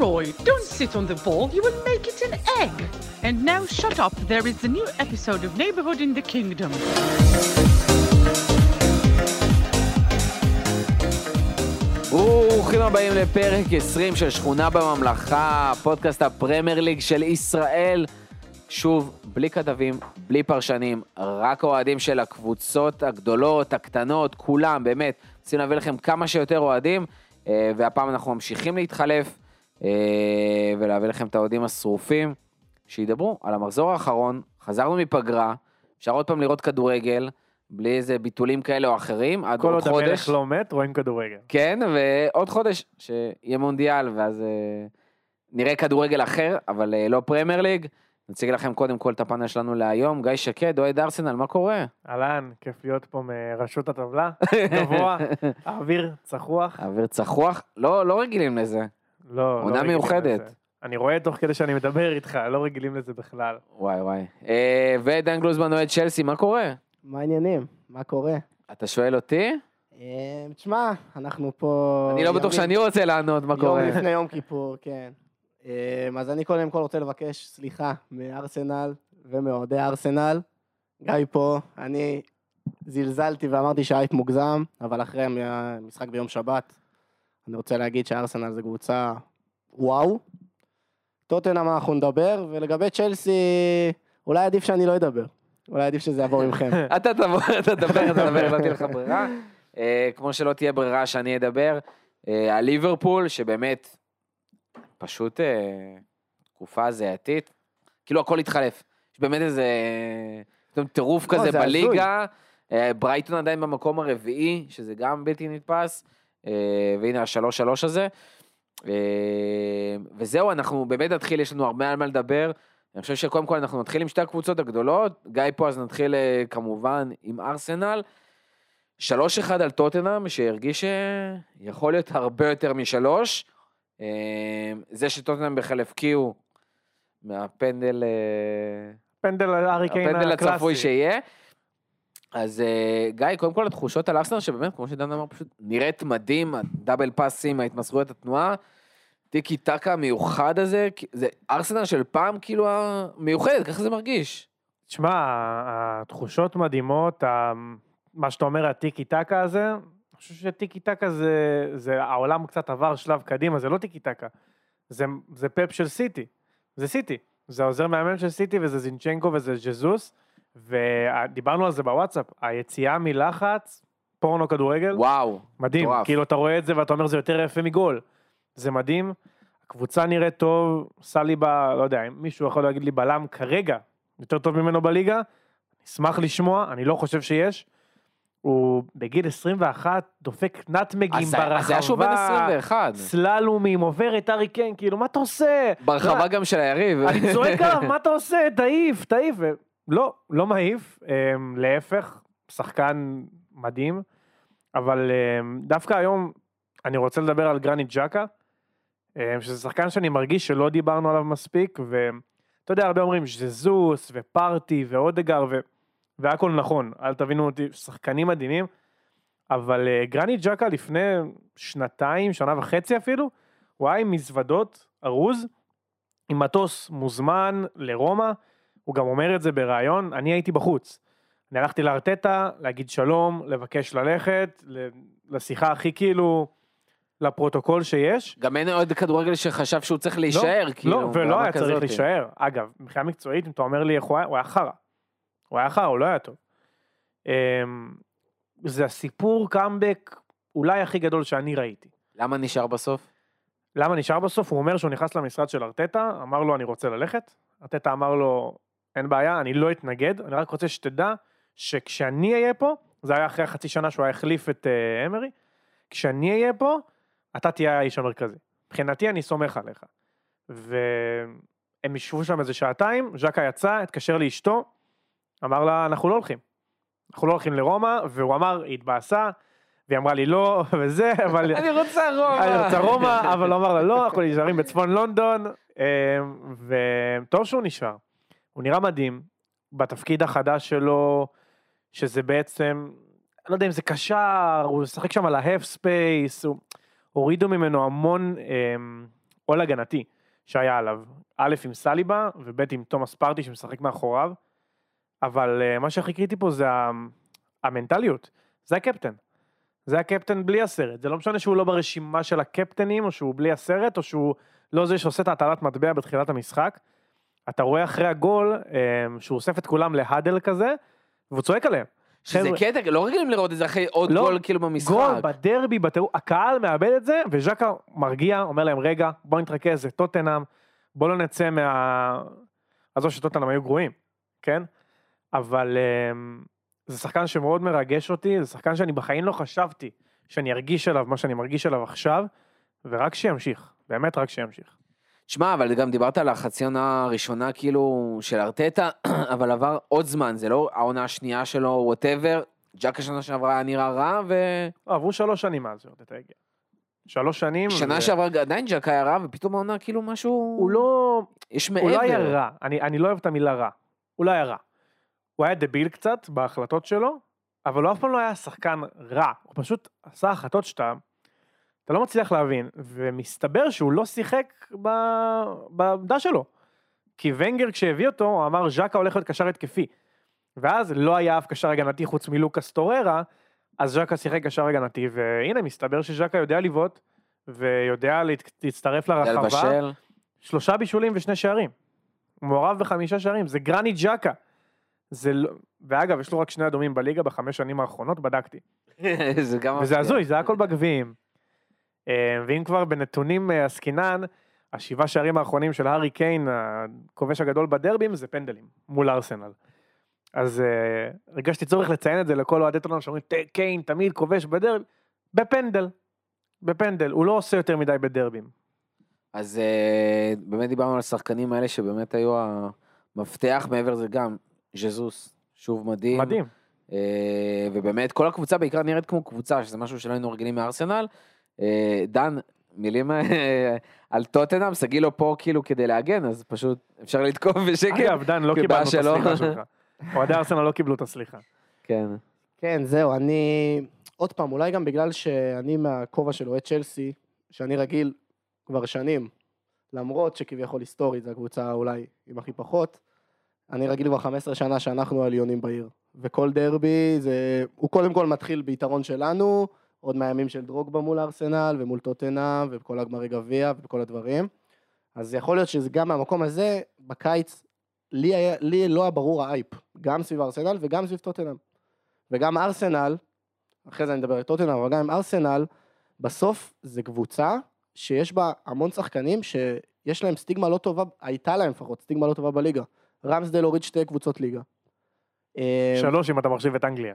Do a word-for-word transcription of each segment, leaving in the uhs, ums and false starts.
Roy, don't sit on the ball, you will make it an egg. And now shut up, there is a new episode of Neighborhood in the Kingdom. ברוכים הבאים לפרק עשרים של שכונה בממלכה, פודקאסט הפרמייר ליג של ישראל. שוב, בלי כתבים, בלי פרשנים, רק אוהדים של הקבוצות הגדולות, הקטנות, כולם, באמת. רוצים להביא לכם כמה שיותר אוהדים, והפעם אנחנו ממשיכים להתחלף, ולהביא לכם את האוהדים השרופים, שידברו על המחזור האחרון. חזרנו מפגרה, אפשר עוד פעם לראות כדורגל, בלי איזה ביטולים כאלה או אחרים, עד עוד חודש. כל עוד המלך לא מת, רואים כדורגל. כן, ועוד חודש שיהיה מונדיאל, ואז uh, נראה כדורגל אחר, אבל uh, לא פרמייר ליג. נציג לכם קודם כל את הפאנל שלנו להיום. גיא שקד, אוהד ארסנל, מה קורה? אהלן, כיף להיות פה מרשות הטבלה, גבוה, האוויר צחוח. האוויר צחוח? לא, לא רגילים לזה. לא, עונה לא מיוחדת. לזה. אני רואה תוך כדי שאני מדבר איתך, לא רגילים לזה בכלל. וואי וואי. Uh, ודן גלוזמן, אוהד צ'לסי, מה קורה? מה העניינים? מה קורה? אתה שואל אותי? תשמע, אנחנו פה... אני לא בטוח שאני רוצה לענות מה קורה. יום לפני יום כיפור, כן. אז אני קודם כל רוצה לבקש סליחה מארסנל ומאוהדי ארסנל. גיא פה, אני זלזלתי ואמרתי שהיית מוגזם, אבל אחרי המשחק ביום שבת, אני רוצה להגיד שארסנל זה קבוצה וואו. טוטנהאם אנחנו נדבר, ולגבי צ'לסי, אולי עדיף שאני לא אדבר. אולי עדיף שזה יעבור ממכם. אתה תדבר, אתה תדבר, אתה תדבר, לא תהיה לך ברירה. כמו שלא תהיה ברירה שאני אדבר, על ליברפול, שבאמת פשוט תקופה זהתית, כאילו הכל התחלף. יש באמת איזה טירוף כזה בליגה, ברייטון עדיין במקום הרביעי, שזה גם בלתי נתפס, והנה השלוש שלוש הזה. וזהו, אנחנו באמת נתחיל, יש לנו הרבה על מה לדבר. אני חושב שקודם כל אנחנו נתחיל עם שתי הקבוצות הגדולות, גיא פה אז נתחיל כמובן עם ארסנל, שלוש אחד על טוטנהאם, שהרגיש שיכול להיות הרבה יותר משלוש, זה שטוטנהאם בכלל הפקיעו מהפנדל, פנדל האריקן הפנדל הצפוי שיהיה, אז גיא, קודם כל התחושות על ארסנל, שבאמת כמו שדן אמר פשוט נראית מדהים, הדאבל פאסים, ההתמסרויות התנועה, טיקי טקה המיוחד הזה, זה ארסנל של פעם כאילו המיוחדת, ככה זה מרגיש. תשמע, התחושות מדהימות, מה שאתה אומר, הטיקי טקה הזה, אני חושב שטיקי טקה זה, זה העולם קצת עבר שלב קדימה, זה לא טיקי טקה, זה, זה פאפ של סיטי, זה סיטי, זה עוזר מאמן של סיטי, וזה זינצ'נקו וזה ג'זוס, ודיברנו על זה בוואטסאפ, היציאה מלחץ, פורנו כדורגל, וואו, מדהים, טורף. כאילו אתה רואה את זה ואתה אומר זה יותר יפה מגול, זה מדהים, הקבוצה נראית טוב, סליבה, לא יודע, אם מישהו יכול להגיד לי בלם כרגע, יותר טוב ממנו בליגה, אשמח לשמוע, אני לא חושב שיש, הוא בגיל עשרים ואחת, דופק נטמגים ברחבה, אז זה היה שהוא בן עשרים ואחת, סללומים, עובר את אריקן, כאילו מה אתה עושה? ברחבה גם של היריב, אני צועק עליו, מה אתה עושה? תעיף, תעיף, לא, לא מעיף, להפך, שחקן מדהים, אבל דווקא היום, אני רוצה לדבר על גרניט ג'קה, שזה שחקן שאני מרגיש שלא דיברנו עליו מספיק, ואתה יודע, הרבה אומרים ז'זוס ופרטי ואודגר, ו... והכל נכון, אל תבינו אותי, שחקנים מדהימים, אבל גרניט ג'קה לפני שנתיים, שנה וחצי אפילו, הוא היה עם מזוודות ארוז, עם מטוס מוזמן לרומא, הוא גם אומר את זה ברעיון, אני הייתי בחוץ, אני הלכתי לארטטה, להגיד שלום, לבקש ללכת, לשיחה הכי כאילו, לפרוטוקול שיש. גם אין עוד כדורגל שחשב שהוא צריך להישאר, לא, כאילו. לא, ולא היה צריך להישאר. אגב, מבחינה מקצועית, אם אתה אומר לי איך הוא היה, הוא היה חרא. הוא היה חרא, הוא לא היה טוב. זה הסיפור קאמבק אולי הכי גדול שאני ראיתי. למה נשאר בסוף? למה נשאר בסוף? הוא אומר שהוא נכנס למשרד של ארטטה, אמר לו אני רוצה ללכת, ארטטה אמר לו אין בעיה, אני לא אתנגד, אני רק רוצה שתדע שכשאני אהיה פה, זה היה אחרי חצי שנה שהוא היה החליף את uh, אמרי, כשאני אהיה פה, אתה תהיה האיש המרכזי. מבחינתי אני סומך עליך. והם ישבו שם איזה שעתיים, ז'קה יצא, התקשר לאשתו, אמר לה, אנחנו לא הולכים. אנחנו לא הולכים לרומא, והוא אמר, היא התבאסה, והיא אמרה לי לא, וזה, אבל... אני רוצה רומא. אני רוצה רומא, אבל הוא אמר לה לא, אנחנו נשארים בצפון לונדון, וטוב שהוא נשאר. הוא נראה מדהים, בתפקיד החדש שלו, שזה בעצם, אני לא יודע אם זה קשר, הוא שחק שם על ההף ספייס, הוא... הורידו ממנו המון עול הגנתי שהיה עליו, א' עם סליבה וב' עם תומאס פרטי שמשחק מאחוריו, אבל uh, מה שהכי קריטי פה זה המנטליות, זה הקפטן, זה הקפטן בלי הסרט, זה לא משנה שהוא לא ברשימה של הקפטנים, או שהוא בלי הסרט, או שהוא לא זה שעושה את הטלת מטבע בתחילת המשחק, אתה רואה אחרי הגול, um, שהוא אוסף את כולם להדל כזה, והוא צועק עליהם. שזה קטע, לא רגילים לראות את זה אחרי עוד לא, גול כאילו במשחק. גול בדרבי, בטירוף, הקהל מאבד את זה, וז'קה מרגיע, אומר להם, רגע, בוא נתרכז, זה טוטנהאם, בוא לא נצא מה... אז לא שטוטנהאם היו גרועים, כן? אבל um, זה שחקן שמאוד מרגש אותי, זה שחקן שאני בחיים לא חשבתי שאני ארגיש עליו מה שאני מרגיש עליו עכשיו, ורק שימשיך, באמת רק שימשיך. תשמע, אבל גם דיברת על החצי עונה הראשונה כאילו של ארטטה, אבל עבר עוד זמן, זה לא העונה השנייה שלו, whatever, ג'קה שנה שעברה היה נראה רע, ו... לא, עברו שלוש שנים מאז ארטטה הגיע. שלוש שנים... שנה ו... שעברה עדיין ג'קה היה רע, ופתאום העונה כאילו משהו... הוא לא... יש מעבר. הוא לא היה רע, אני, אני לא אוהב את המילה רע, הוא לא היה רע. הוא היה דביל קצת בהחלטות שלו, אבל הוא אף פעם לא היה שחקן רע, הוא פשוט עשה החלטות שאתה... אתה לא מצליח להבין, ומסתבר שהוא לא שיחק בעמדה שלו. כי ונגר כשהביא אותו, הוא אמר, ז'קה הולך להיות קשר התקפי. ואז לא היה אף קשר הגנתי חוץ מלוקאס טוררה, אז ז'קה שיחק קשר הגנתי, והנה, מסתבר שז'קה יודע לבעוט, ויודע להצטרף לרחבה. לבשל. שלושה בישולים ושני שערים. הוא מעורב בחמישה שערים, זה גרני ז'קה. זה לא... ואגב, יש לו רק שני אדומים בליגה בחמש שנים האחרונות, בדקתי. זה גם... וזה הזוי, זה הכל בגביעים. ואם כבר בנתונים עסקינן, השבעה שערים האחרונים של הארי קיין, הכובש הגדול בדרבים, זה פנדלים, מול ארסנל. אז הרגשתי צורך לציין את זה לכל אוהדי טוטנהאם שאומרים, קיין תמיד כובש בדרב, בפנדל, בפנדל, הוא לא עושה יותר מדי בדרבים. אז באמת דיברנו על השחקנים האלה שבאמת היו המפתח, מעבר זה גם, ז'זוס, שוב מדהים. מדהים. ובאמת כל הקבוצה בעיקר נראית כמו קבוצה, שזה משהו שלא היינו רגילים מארסנל. דן, מילים על טוטנהאם, סגילו פה כאילו כדי להגן, אז פשוט אפשר לתקוף בשקט. אגב, דן, לא קיבלנו את הסליחה שלך. אוהדי ארסנל לא קיבלו את הסליחה. כן. כן, זהו, אני... עוד פעם, אולי גם בגלל שאני מהכובע של אוהד צ'לסי, שאני רגיל כבר שנים, למרות שכביכול היסטורית, זו הקבוצה אולי עם הכי פחות, אני רגיל כבר חמש עשרה שנה שאנחנו עליונים בעיר. וכל דרבי, זה... הוא קודם כל מתחיל ביתרון שלנו, עוד מהימים של דרוגבה מול ארסנל, ומול טוטנהאם, ובכל הגמרי גביע, ובכל הדברים. אז יכול להיות שזה גם מהמקום הזה, בקיץ, לי, היה, לי לא היה ברור האייפ, גם סביב ארסנל וגם סביב טוטנהאם. וגם ארסנל, אחרי זה אני מדבר על טוטנהאם, אבל גם עם ארסנל, בסוף זה קבוצה שיש בה המון שחקנים שיש להם סטיגמה לא טובה, הייתה להם לפחות סטיגמה לא טובה בליגה. רמסדל הוריד שתי קבוצות ליגה. שלוש אם אתה מחשיב את אנגליה.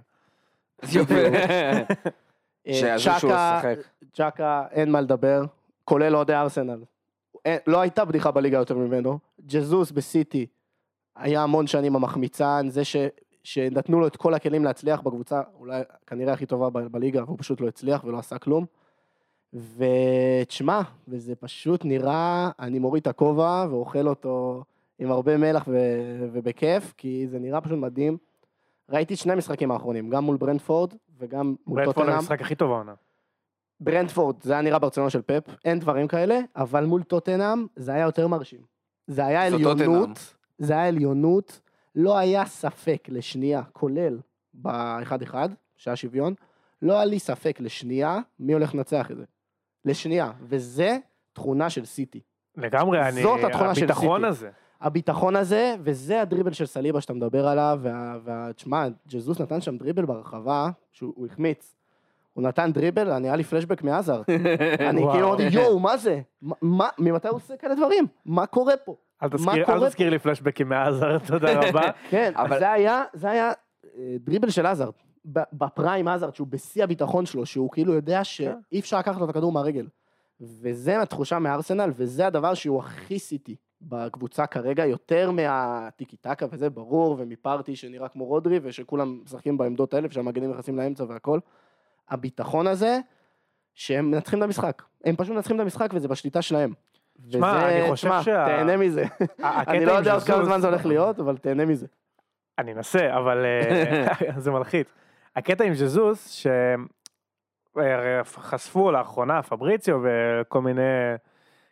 צ'קה, צ'קה, אין מה לדבר, כולל אוהדי ארסנל. לא הייתה בדיחה בליגה יותר ממנו. ג'זוס בסיטי היה המון שנים המחמיצן, זה ש, שנתנו לו את כל הכלים להצליח בקבוצה, אולי כנראה הכי טובה בליגה, והוא פשוט לא הצליח ולא עשה כלום. ותשמע, וזה פשוט נראה, אני מוריד את הכובע ואוכל אותו עם הרבה מלח ו, ובכיף, כי זה נראה פשוט מדהים. ראיתי שני משחקים האחרונים, גם מול ברנטפורד וגם מול טוטנהאם. ברנטפורד המשחק הכי טוב העונה. ברנטפורד זה היה נראה ברצלונה של פפ, אין דברים כאלה, אבל מול טוטנהאם זה היה יותר מרשים. זה היה עליונות, זה היה עליונות, לא היה ספק לשנייה, כולל ב-אחד אחד, שהיה שוויון, לא היה לי ספק לשנייה מי הולך לנצח את זה. לשנייה, וזה תכונה של סיטי. לגמרי, אני... זאת התכונה של סיטי. הביטחון הזה. הביטחון הזה, וזה הדריבל של סליבה שאתה מדבר עליו, ותשמע, ג'זוס נתן שם דריבל ברחבה, שהוא החמיץ. הוא נתן דריבל, אני היה לי פלשבק מעזר. אני כאילו אמרתי, יואו, מה זה? מה, ממתי הוא עושה כאלה דברים? מה קורה פה? אל תזכיר לי פלשבקים מעזר, תודה רבה. כן, אבל זה היה, זה היה דריבל של עזר. בפריים עזר, שהוא בשיא הביטחון שלו, שהוא כאילו יודע שאי אפשר לקחת לו את הכדור מהרגל. וזה התחושה מארסנל, וזה הדבר שהוא הכי סיטי בקבוצה כרגע, יותר מהטיקי-טקה, וזה ברור, ומפרטי שנראה כמו רודרי, ושכולם משחקים בעמדות האלה, שהמגנים נכנסים לאמצע והכל. הביטחון הזה, שהם מנצחים את המשחק. הם פשוט מנצחים את המשחק, וזה בשליטה שלהם. שמה, אני חושב שה... תהנה מזה. אני לא יודע כמה זמן זה הולך להיות, אבל תהנה מזה. אני אנסה, אבל זה מלחיץ. הקטע עם ז'זוס, שחשפו לאחרונה פבריציו וכל מיני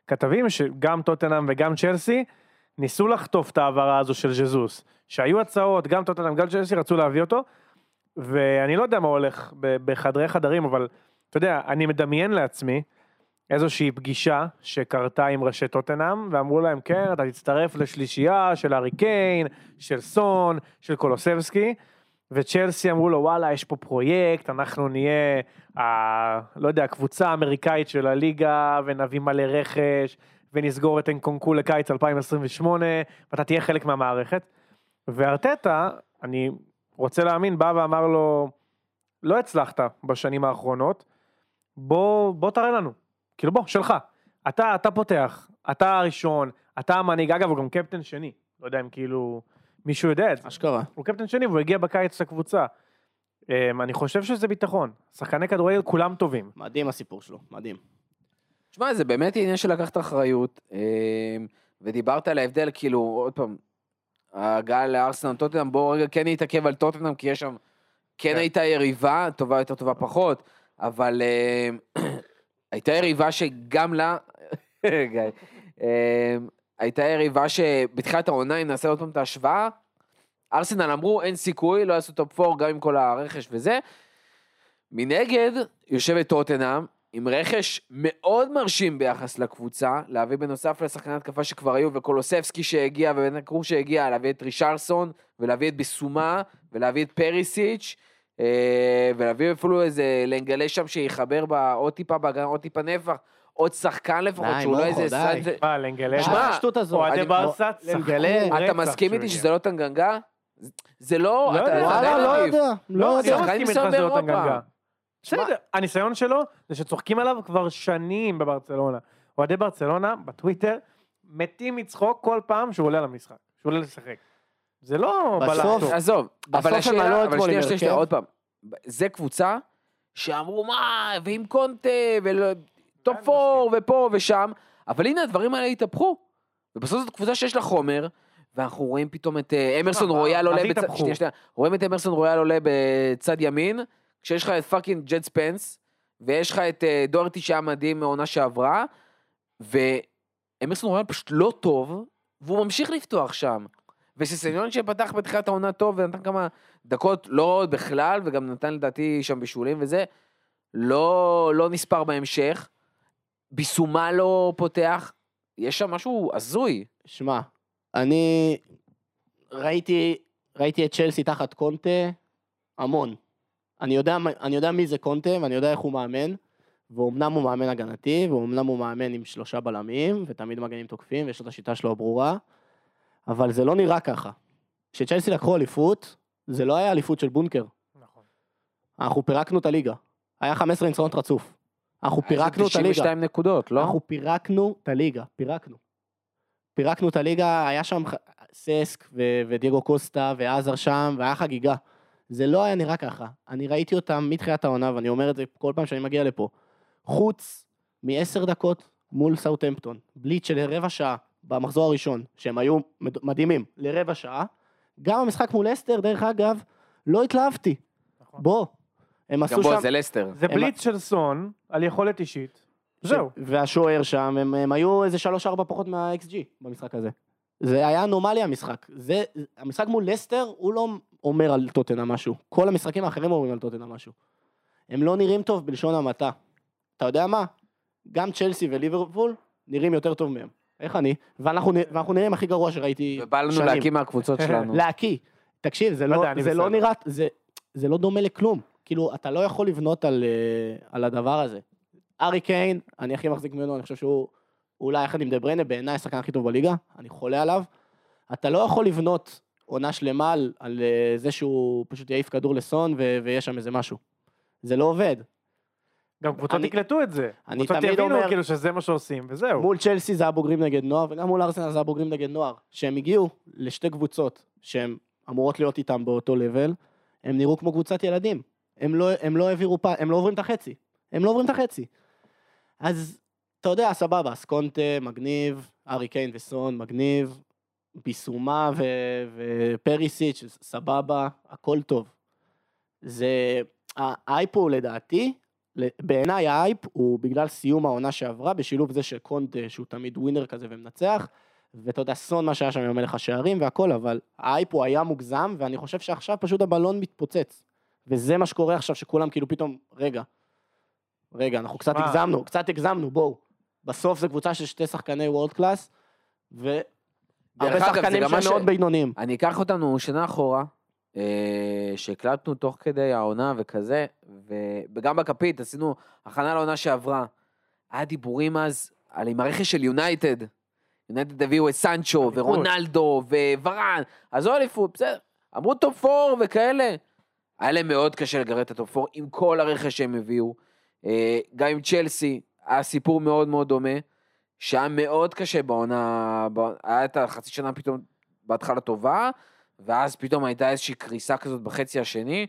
כתבים שגם טוטנהאם וגם צ'לסי ניסו לחטוף את העברה הזו של ז'זוס, שהיו הצעות, גם טוטנהאם, גם צ'לסי רצו להביא אותו, ואני לא יודע מה הולך בחדרי חדרים, אבל אתה יודע, אני מדמיין לעצמי איזושהי פגישה שקרתה עם ראשי טוטנהאם, ואמרו להם, כן, אתה תצטרף לשלישייה של הארי קיין, של סון, של קולוסבסקי, וצ'לסי אמרו לו, וואלה, יש פה פרויקט, אנחנו נהיה, ה, לא יודע, הקבוצה האמריקאית של הליגה, ונביא מלא רכש, ונסגור את אנקונקו לקיץ אלפיים עשרים ושמונה, ואתה תהיה חלק מהמערכת. וארטטה, אני רוצה להאמין, בא ואמר לו, לא הצלחת בשנים האחרונות, בוא, בוא תראה לנו. כאילו בוא, שלך. אתה, אתה פותח, אתה הראשון, אתה המנהיג, אגב, הוא גם קפטן שני. לא יודע אם כאילו מישהו יודע את זה. אשכרה. הוא קפטן שני, והוא הגיע בקיץ לקבוצה. אני חושב שזה ביטחון. שחקני כדורגל כולם טובים. מדהים הסיפור שלו, מדהים. תשמע, זה באמת עניין של לקחת אחריות, ודיברת על ההבדל, כאילו, עוד פעם, ההגעה לארסנל טוטנהאם, בואו רגע כן נתעכב על טוטנהאם, כי יש שם, כן הייתה יריבה, טובה יותר טובה פחות, אבל הייתה יריבה שגם לה, הייתה יריבה שבתחילת העונה, אם נעשה עוד פעם את ההשוואה, ארסנל אמרו, אין סיכוי, לא יעשו טופ ארבע, גם עם כל הרכש וזה, מנגד, יושבת טוטנהאם, עם רכש מאוד מרשים ביחס לקבוצה, להביא בנוסף לשחקני התקפה שכבר היו, וקולוסבסקי שהגיע, ובנקרו שהגיע, להביא את רישרסון, ולהביא את ביסומה, ולהביא את פריסיץ', ולהביא אפילו איזה לנגלה שם שיחבר עוד טיפה בהגנה, עוד טיפה נפח, עוד שחקן לפחות, שהוא לא איזה סד... מה, לנגלה? שמע, השטות הזו. אוהדי ברסה צחקו. אתה מסכים איתי שזה לא טנגנגה? זה לא... לא יודע, וואלה, לא יודע. לא לא, יודע. אני מסכים איתך שזה לא טנגנגה. בסדר, הניסיון שלו זה שצוחקים עליו כבר שנים בברצלונה. אוהדי ברצלונה בטוויטר מתים מצחוק כל פעם שהוא עולה למשחק, שהוא עולה לשחק. זה לא בסוף, בלטו. עזוב, אבל השאלה, אבל שנייה, שנייה, שנייה, כן? עוד פעם, זה קבוצה שאמרו מה, ועם קונטה, וטופ אור, ופה ושם, אבל הנה הדברים האלה התהפכו, ובסוף זאת קבוצה שיש לה חומר, ואנחנו רואים פתאום את אמרסון רויאל עולה, שנייה, שנייה, רואים את אמרסון רויאל עולה בצד ימין, כשיש לך את פאקינג ג'ט ספנס, ויש לך את דורטי שהיה מדהים מעונה שעברה, ואמרסון רויאל פשוט לא טוב, והוא ממשיך לפתוח שם. וסיסניון שפתח בתחילת העונה טוב, ונתן כמה דקות לא בכלל, וגם נתן לדעתי שם בישולים וזה, לא, לא נספר בהמשך, ביסומה לא פותח, יש שם משהו הזוי. שמע, אני ראיתי, ראיתי את צ'לסי תחת קונטה המון. אני יודע, אני יודע מי זה קונטה, ואני יודע איך הוא מאמן, ואומנם הוא מאמן הגנתי, ואומנם הוא מאמן עם שלושה בלמים, ותמיד מגנים תוקפים, ויש לו את השיטה שלו הברורה, אבל זה לא נראה ככה. כשצ'לסי לקחו אליפות, זה לא היה אליפות של בונקר. נכון. אנחנו פירקנו את הליגה. היה חמש עשרה ניצחונות רצוף. אנחנו פירקנו את הליגה. תשעים ושתיים נקודות, לא? אנחנו פירקנו את הליגה, פירקנו. פירקנו את הליגה, היה שם ססק ו- ודייגו קוסטה ועזר שם, והיה חגיגה. זה לא היה נראה ככה. אני ראיתי אותם מתחילת העונה, ואני אומר את זה כל פעם שאני מגיע לפה. חוץ מ-עשר דקות מול סאוטהמפטון, בליץ של רבע שעה במחזור הראשון, שהם היו מדהימים לרבע שעה, גם המשחק מול אסטר, דרך אגב, לא התלהבתי. נכון. בוא, הם עשו גם בוא, שם... זה לסטר. זה בליץ של סון, על יכולת אישית. זהו. והשוער שם, הם, הם היו איזה שלוש ארבע פחות מה-אקס ג'י במשחק הזה. זה היה אנומליה המשחק. זה, המשחק מול לסטר, הוא לא אומר על טוטנהאם משהו. כל המשחקים האחרים אומרים על טוטנהאם משהו. הם לא נראים טוב בלשון המעטה. אתה יודע מה? גם צ'לסי וליברפול נראים יותר טוב מהם. איך אני? ואנחנו, ואנחנו נראים הכי גרוע שראיתי ובא לנו שנים. להקים מהקבוצות שלנו. להקיא. תקשיב, זה לא, יודע, זה לא נראה, זה, זה לא דומה לכלום. כאילו, אתה לא יכול לבנות על, על הדבר הזה. ארי קיין, אני הכי מחזיק ממנו, אני חושב שהוא אולי יחד עם דה בריינה, בעיניי השחקן הכי טוב בליגה, אני חולה עליו. אתה לא יכול לבנות עונה שלמה על, על זה שהוא פשוט יעיף כדור לסון ו- ויש שם איזה משהו. זה לא עובד. גם קבוצות אני- יקלטו את זה. אני קבוצות תמיד יבינו אומר- כאילו שזה מה שעושים, וזהו. מול צ'לסי זה הבוגרים נגד נוער, וגם מול ארסנל זה הבוגרים נגד נוער, שהם הגיעו לשתי קבוצות, שהן אמורות להיות איתם באותו לבל, הם נראו כמו קבוצת ילדים. הם לא, הם לא העבירו פעם, הם לא עוברים את החצי. הם לא עוברים את החצי. אז, אתה יודע, סבבה, סקונטה, מגניב, ארי קיין וסון, מגניב, ביסומה ו- ופריסיץ', סבבה, הכל טוב. זה, האייפו לדעתי, בעיניי האייפ הוא בגלל סיום העונה שעברה, בשילוב זה של קונטה, שהוא תמיד ווינר כזה ומנצח, ואתה יודע, סון מה שהיה שם עם מלך השערים והכל, אבל האייפ הוא היה מוגזם, ואני חושב שעכשיו פשוט הבלון מתפוצץ. וזה מה שקורה עכשיו, שכולם כאילו פתאום, רגע, רגע, אנחנו קצת הגזמנו, קצת הגזמנו, בואו. בסוף זה קבוצה של שתי שחקני וורד קלאס, והרבה שחקנים שהם מאוד בינוניים. אני אקח אותנו שנה אחורה, שהקלטנו תוך כדי העונה וכזה, וגם בקפית עשינו הכנה לעונה שעברה. היה דיבורים אז על עם הרכש של יונייטד, יונייטד הביאו את סנצ'ו ורונלדו וורן, אז לא אליפות, בסדר, אמרו טופ פור וכאלה. היה להם מאוד קשה לגרד את הטופ פור עם כל הרכש שהם הביאו, גם עם צ'לסי, היה סיפור מאוד מאוד דומה, שהיה מאוד קשה בעונה, היה את החצי שנה פתאום בהתחלה טובה, ואז פתאום הייתה איזושהי קריסה כזאת בחצי השני.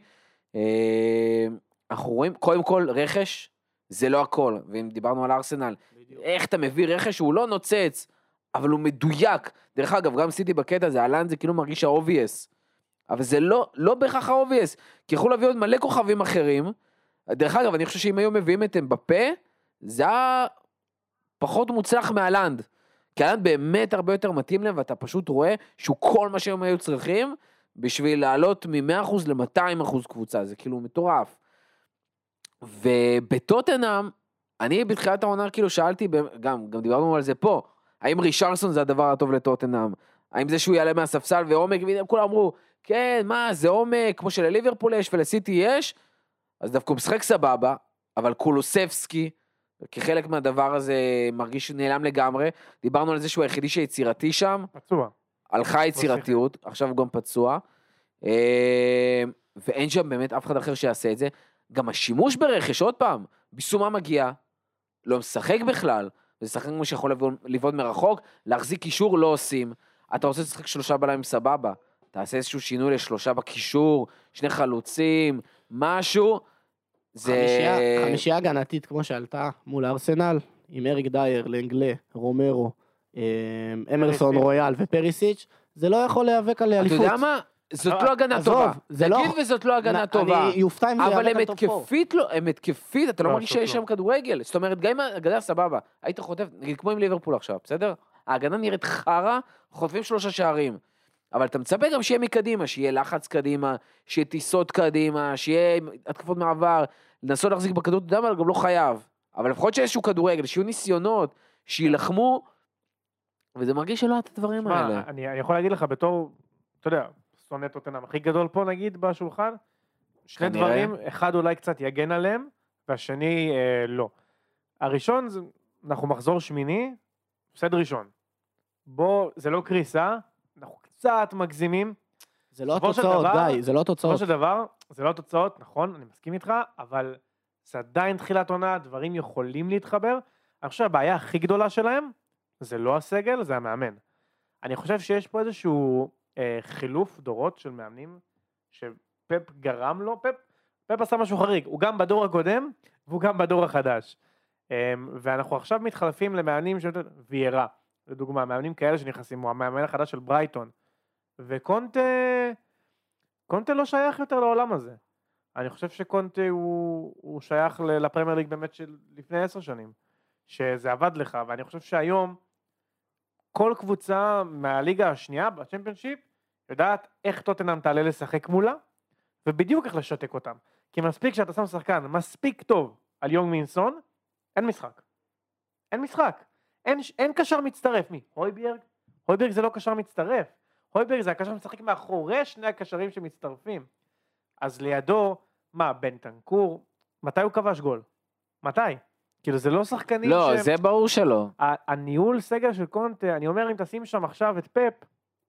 אנחנו רואים, קודם כל רכש, זה לא הכל, ואם דיברנו על ארסנל, איך אתה מביא רכש, הוא לא נוצץ, אבל הוא מדויק. דרך אגב, גם סיטי בקטע הזה, אלן זה כאילו מרגיש ה-obvious, אבל זה לא, לא בהכרח ה-obvious, כי יכולו להביא עוד מלא כוכבים אחרים. דרך אגב, אני חושב שאם היו מביאים את הם בפה, זה היה פחות מוצלח מאלנד, כי אלנד באמת הרבה יותר מתאים להם, ואתה פשוט רואה שהוא כל מה שהם היו צריכים, בשביל לעלות מ-מאה אחוז ל-מאתיים אחוז קבוצה, זה כאילו מטורף. ובטוטנהאם, אני בתחילת העונה כאילו שאלתי, גם, גם דיברנו על זה פה, האם רישרסון זה הדבר הטוב לטוטנהאם? האם זה שהוא יעלה מהספסל ועומק, והם כולם אמרו, כן, מה, זה עומק, כמו שלליברפול יש ולסיטי יש, אז דווקא הוא משחק סבבה, אבל קולוספסקי, כחלק מהדבר הזה מרגיש נעלם לגמרי, דיברנו על זה שהוא היחידי שיצירתי שם, פצוע. הלכה יצירתיות, עכשיו הוא גם פצוע, ואין שם באמת אף אחד אחר שיעשה את זה, גם השימוש ברכש, עוד פעם, ביסומה מגיע, לא משחק בכלל, זה שחק כמו שיכול לבעוד מרחוק, להחזיק קישור לא עושים, אתה רוצה לשחק שלושה בלמים סבבה, תעשה איזשהו שינוי לשלושה בקישור, שני חלוצים, משהו, זה... חמישייה, חמישייה הגנתית כמו שעלתה מול ארסנל, עם אריק דייר, לנגלה, רומרו, אמרסון רויאל ופריסיץ', זה לא יכול להיאבק על אליפות. אתה יודע מה? זאת לא הגנה טובה. תגיד וזאת לא הגנה טובה. אני יופתע אם זה אבל הם יאבק על טופ פור. התקפית, הם התקפית, אתה לא מרגיש שיש שם כדורגל. זאת אומרת, גם אם הגנה סבבה, היית חוטף, נגיד כמו עם ליברפול עכשיו, בסדר? ההגנה נראית חרה, חוטפים שלושה שערים. אבל אתה מצפה גם שיהיה מקדימה, שיהיה לחץ קדימה, שיהיה טיסות קדימה, שיהיה התקפות מעבר, לנסות להחזיק בכדור, אתה יודע מה, גם לא חייב. אבל לפחות שיש איזשהו כדורגל, שיהיו ניסיונות, שילחמו, וזה מרגיש שלא את הדברים האלה. אני, אני יכול להגיד לך בתור, אתה יודע, שונא טוטנהאם הכי גדול פה נגיד בשולחן, שני כנראה. דברים, אחד אולי קצת יגן עליהם, והשני אה, לא. הראשון, זה, אנחנו מחזור שמיני, הפסד ראשון. בוא, זה לא קריסה, אנחנו קצת מגזימים. זה לא התוצאות, גיא, זה לא התוצאות. בסופו של דבר, זה לא התוצאות, נכון, אני מסכים איתך, אבל זה עדיין תחילת עונה, דברים יכולים להתחבר. אני חושב שהבעיה הכי גדולה שלהם, זה לא הסגל, זה המאמן. אני חושב שיש פה איזשהו אה, חילוף דורות של מאמנים, שפפ גרם לו, פפ, פפ עשה משהו חריג, הוא גם בדור הקודם, והוא גם בדור החדש. אה, ואנחנו עכשיו מתחלפים למאמנים, ויירה, לדוגמה, מאמנים כאלה שנכנסים, הוא המאמן החדש של ברייטון, וקונטה, קונטה לא שייך יותר לעולם הזה. אני חושב שקונטה הוא, הוא שייך לפרמייר ליג באמת של לפני עשר שנים, שזה עבד לך, ואני חושב שהיום, כל קבוצה מהליגה השנייה, בצ'מפיונשיפ, יודעת איך טוטנהאם תעלה לשחק מולה, ובדיוק איך לשתק אותם. כי מספיק שאתה שם שחקן, מספיק טוב על יונג מינסון, אין משחק. אין משחק. אין, אין קשר מצטרף. מי? הויברג? הויברג זה לא קשר מצטרף. הויברג זה הקשר משחק מאחורי שני הקשרים שמצטרפים. אז לידו, מה, בנטנקור, מתי הוא כבש גול? מתי? כאילו זה לא שחקנים לא, שהם... זה ברור שלא. הניהול סגל של קונטה, אני אומר אם תשים שם עכשיו את פפ,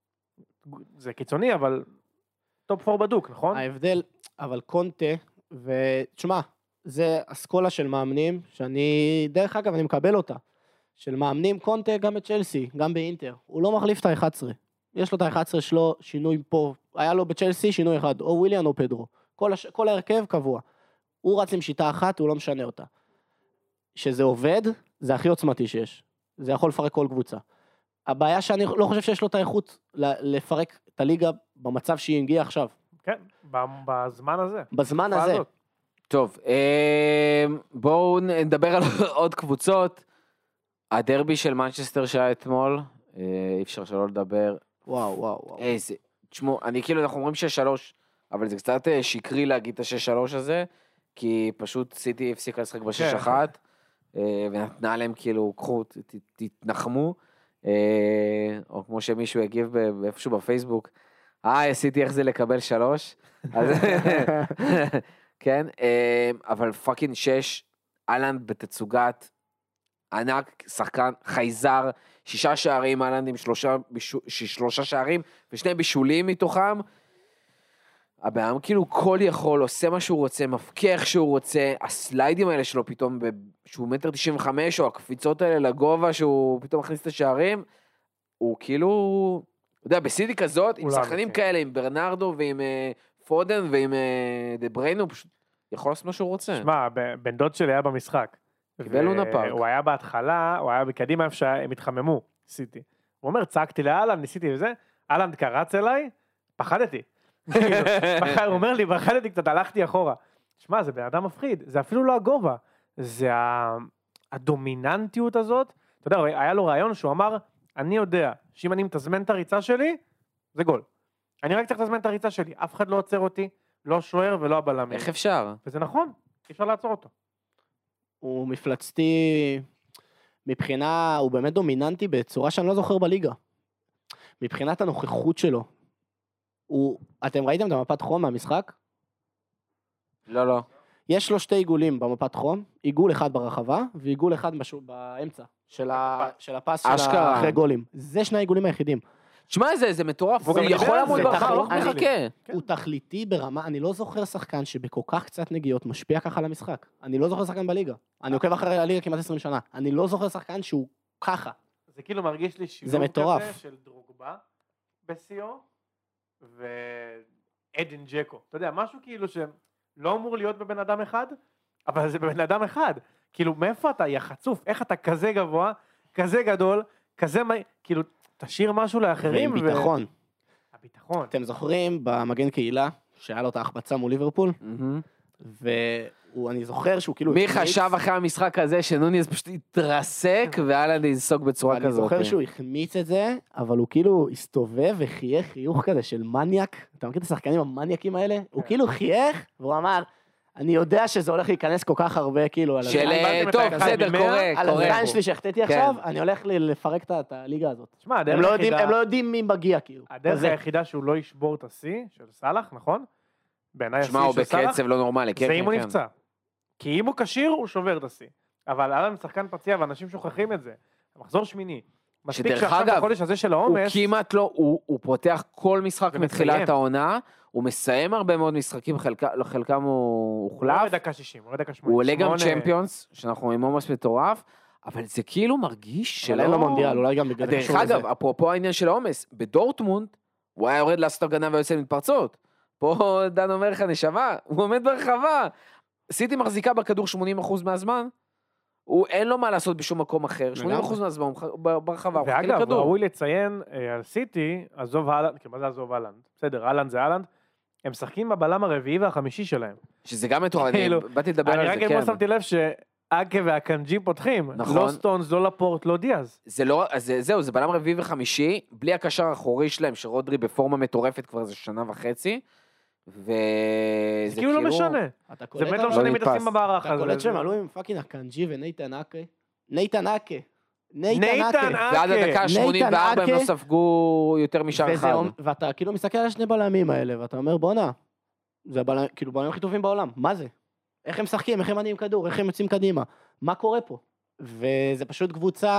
זה קיצוני, אבל טופ פור בדוק, נכון? ההבדל, אבל קונטה, ותשמע, זה אסכולה של מאמנים, שאני, דרך אגב, אני מקבל אותה, של מאמנים קונטה גם בצ'לסי, גם באינטר, הוא לא מחליף את ה-אחת עשרה, יש לו את ה-אחת עשרה שלו, שינוי פה, היה לו בצ'לסי שינוי אחד, או וויליאן או פדרו, כל, הש... כל ההרכב קבוע, הוא רץ עם שיטה אחת, הוא לא משנה אותה. שזה עובד, זה הכי עוצמתי שיש. זה יכול לפרק כל קבוצה. הבעיה שאני לא חושב שיש לו את האיכות לפרק את הליגה במצב שהיא הגיעה עכשיו. כן, בזמן הזה. בזמן הזה. טוב, בואו נדבר על עוד קבוצות. הדרבי של מנצ'סטר שהיה אתמול, אי אפשר שלא לדבר. וואו, וואו, וואו. איזה, תשמעו, אני כאילו, אנחנו אומרים שש שלוש, אבל זה קצת שקרי להגיד את ה-שש שלוש הזה, כי פשוט סיטי הפסיקה לשחק ב-שש אחת, ונתנה להם כאילו, קחו, תתנחמו, או כמו שמישהו הגיב איפשהו בפייסבוק, אה, עשיתי איך זה לקבל שלוש, כן, אבל פאקינג שש, אלנד בתצוגת, ענק, שחקן, חייזר, שישה שערים, אלנד עם שלושה, שלושה שערים, ושני בישולים מתוכם, הבעם כאילו כל יכול, עושה מה שהוא רוצה, מפקח שהוא רוצה, הסליידים האלה שלו פתאום, שהוא מטר תשעים וחמש, או הקפיצות האלה לגובה, שהוא פתאום מכניס את השערים, הוא כאילו, אתה יודע, בסיטי כזאת, עם שחקנים כאלה, עם ברנרדו, ועם פודן, ועם דבריינו, הוא פשוט יכול לעשות מה שהוא רוצה. שמע, בן דוד שלי היה במשחק. קיבל לונה פארק. הוא היה בהתחלה, הוא היה בקדימה איפה שהם התחממו, סיטי. הוא אומר, צעקתי לאלם, ניסיתי וזה, אלם קרץ אליי, פחדתי. הוא אומר לי, פחדתי קצת, הלכתי אחורה. שמע, זה בן אדם מפחיד, זה אפילו לא הגובה, זה הדומיננטיות הזאת. אתה יודע, היה לו רעיון שהוא אמר, אני יודע שאם אני מתזמן את הריצה שלי, זה גול. אני רק צריך לתזמן את הריצה שלי, אף אחד לא עוצר אותי, לא שוער ולא הבלמים. איך אפשר? וזה נכון, אי אפשר לעצור אותו. הוא מפלצתי, מבחינה, הוא באמת דומיננטי בצורה שאני לא זוכר בליגה. מבחינת הנוכחות שלו. הוא, אתם ראיתם את המפת חום מהמשחק? לא, לא. יש לו שתי עיגולים במפת חום, עיגול אחד ברחבה, ועיגול אחד משהו באמצע, של, ה, של הפס של אחרי גולים. זה שני העיגולים היחידים. תשמע, זה, זה מטורף, הוא יכול לעמוד ברחבה, לא מחכה. הוא תכליתי ברמה, אני לא זוכר שחקן שבכל כך קצת נגיעות משפיע ככה על המשחק. אני לא זוכר שחקן בליגה. אני עוקב אחרי הליגה כמעט עשרים שנה. אני לא זוכר שחקן שהוא ככה. זה כאילו מרגיש לי שיעור כזה של דרוגבה בסיו, ואדין ג'קו. אתה יודע, משהו כאילו שלא אמור להיות בבן אדם אחד, אבל זה בבן אדם אחד. כאילו, מאיפה אתה? יא חצוף, איך אתה כזה גבוה, כזה גדול, כזה, כאילו, תשאיר משהו לאחרים. ועם ביטחון. הביטחון. אתם זוכרים במגן קהילה, שהיה לו את ההחפצה מול ליברפול? ואני זוכר שהוא כאילו... מי חשב אחרי המשחק הזה שנוניס פשוט התרסק, ואלנד יסוג בצורה כזאת. אני זוכר שהוא החמיץ את זה, אבל הוא כאילו הסתובב וחייך חיוך כזה של מניאק. אתה מכיר את השחקנים המניאקים האלה? הוא כאילו חייך, והוא אמר... אני יודע שזה הולך להיכנס כל כך הרבה, כאילו, של טוב, בסדר, קורה, על הזין שלי שהחטאתי עכשיו, אני הולך לפרק את הליגה הזאת. שמע, הם לא יודעים מי מגיע, כאילו. הדרך היחידה שהוא לא ישבור את השיא של סלאח, נכון? בעיניי השיא שמע, הוא של סלאח, בקצב לא נורמלי, זה אם הוא נפצע. כי אם הוא כשיר, הוא שובר את השיא. אבל אלן שחקן פציע, ואנשים שוכחים את זה. המחזור שמיני. מספיק שעכשיו בחודש הזה של העומס... הוא כמעט לא, הוא פותח כל משחק מתחילת העונה, הוא מסיים הרבה מאוד משחקים, חלקם הוא הוחלף. הוא עולה דקה שישים, הוא עולה דקה שמונים. הוא עולה גם צ'מפיונס, שאנחנו עם עומס מטורף, אבל זה כאילו מרגיש שלא... אבל אין לו מונדיאל, אולי גם בגלל דרך אגב, אפרופו העניין של העומס, בדורטמונד, הוא היה יורד לעשות הגנה ויוצא מתפרצות. פה דן אומר לך נשמה, הוא עומד ברחבה. סיטי מחזיקה בכדור שמונים אחוז מהזמן, הוא אין לו מה לעשות בשום מקום אחר, שמונים אחוז מהזמן הוא ברחבה, הוא חכה לכדור. ואגב, ראוי לציין על סיטי, עזוב הלנד, כי מה זה עזוב הלנד? בסדר, הלנד זה הלנד, הם משחקים בבלם הרביעי והחמישי שלהם. שזה גם מטורף, אני באתי לדבר על זה, כן. אני רק לא שמתי לב שאקה והקנג'י פותחים, לא סטונס, לא לפורט, לא דיאז. זה לא, זהו, זה בלם רביעי וחמישי, בלי הקשר האחורי שלהם, שרודרי בפורמה מטורפת כבר איזה שנה וחצי, וזה כאילו לא משנה. זה באמת לא משנה מתעשים במערך הזה. אתה קולט שהם עלו עם פאקינג הקנג'י ונייתן אקה. נייתן אקה. נייתן אקה. ועד הדקה שמונים וארבע הם לא ספגו יותר משאר אחד. ואתה כאילו מסתכל על השני בלמים האלה, ואתה אומר בונה, זה כאילו בלמים הכי טובים בעולם, מה זה? איך הם משחקים, איך הם מניעים כדור, איך הם יוצאים קדימה, מה קורה פה? וזה פשוט קבוצה,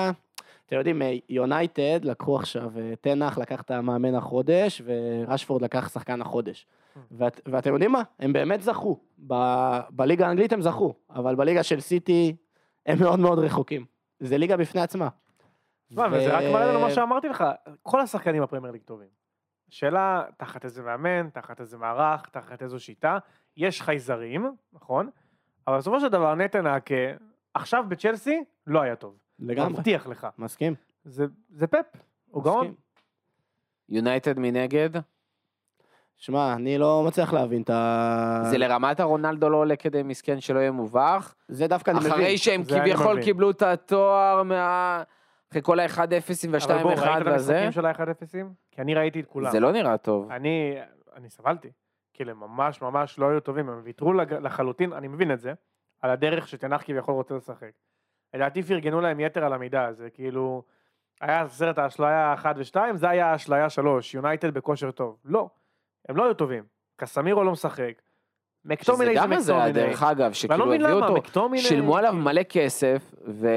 אתם יודעים, יונייטד לקחו עכשיו, תנח לקח את המאמן החודש, ורשפורד לקח שחקן החודש. ואת, ואתם יודעים מה? הם באמת זכו. ב- בליגה האנגלית הם זכו, אבל בליגה של סיטי הם מאוד מאוד רחוקים. זה ליגה בפני עצמה. ו... וזה רק מראה לנו מה שאמרתי לך, כל השחקנים הפרמייר ליג טובים. שאלה, תחת איזה מאמן, תחת איזה מערך, תחת איזו שיטה, יש חייזרים, נכון? אבל בסופו של דבר נתן אקה, עכשיו בצ'לסי לא היה טוב. לגמרי. מבטיח לך. מסכים. זה, זה פפ, הוא גאון. יונייטד מנגד? שמע, אני לא מצליח להבין את ה... זה לרמת הרונלדו לא עולה כדי מסכן שלא יהיה מובך. זה דווקא אני מבין. אחרי שהם זה אני כביכול מבין. קיבלו את התואר מה... אחרי כל ה-אחד אפס וה-שתיים אבל אחד בוא, ראית את והזה, המשחקים של ה-אחד אפס? כי אני ראיתי את כולם. זה לא נראה טוב. אני, אני סבלתי. כאילו, ממש ממש לא היו טובים. הם ויתרו לג- לחלוטין, אני מבין את זה, על הדרך שתנח כביכול רוצה לשחק. לדעתי פרגנו להם יתר על המידה, זה כאילו... היה סרט האשליה אחת ושתיים, זה היה האשליה שלוש, יונייטד בכושר טוב. לא, הם לא היו טובים. קסמירו לא משחק. מקטומיני שזה זה גם הזה, מקטומיני. דרך אגב, ואני לא שכאילו מבין הביאו למה, אותו, מקטומיני... שילמו עליו מלא כסף,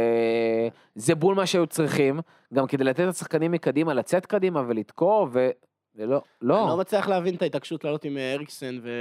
וזה בול מה שהיו צריכים, גם כדי לתת לשחקנים מקדימה, לצאת קדימה ולתקוע, ולא, אני לא לא. מצליח להבין את ההתעקשות לעלות עם אריקסן ו...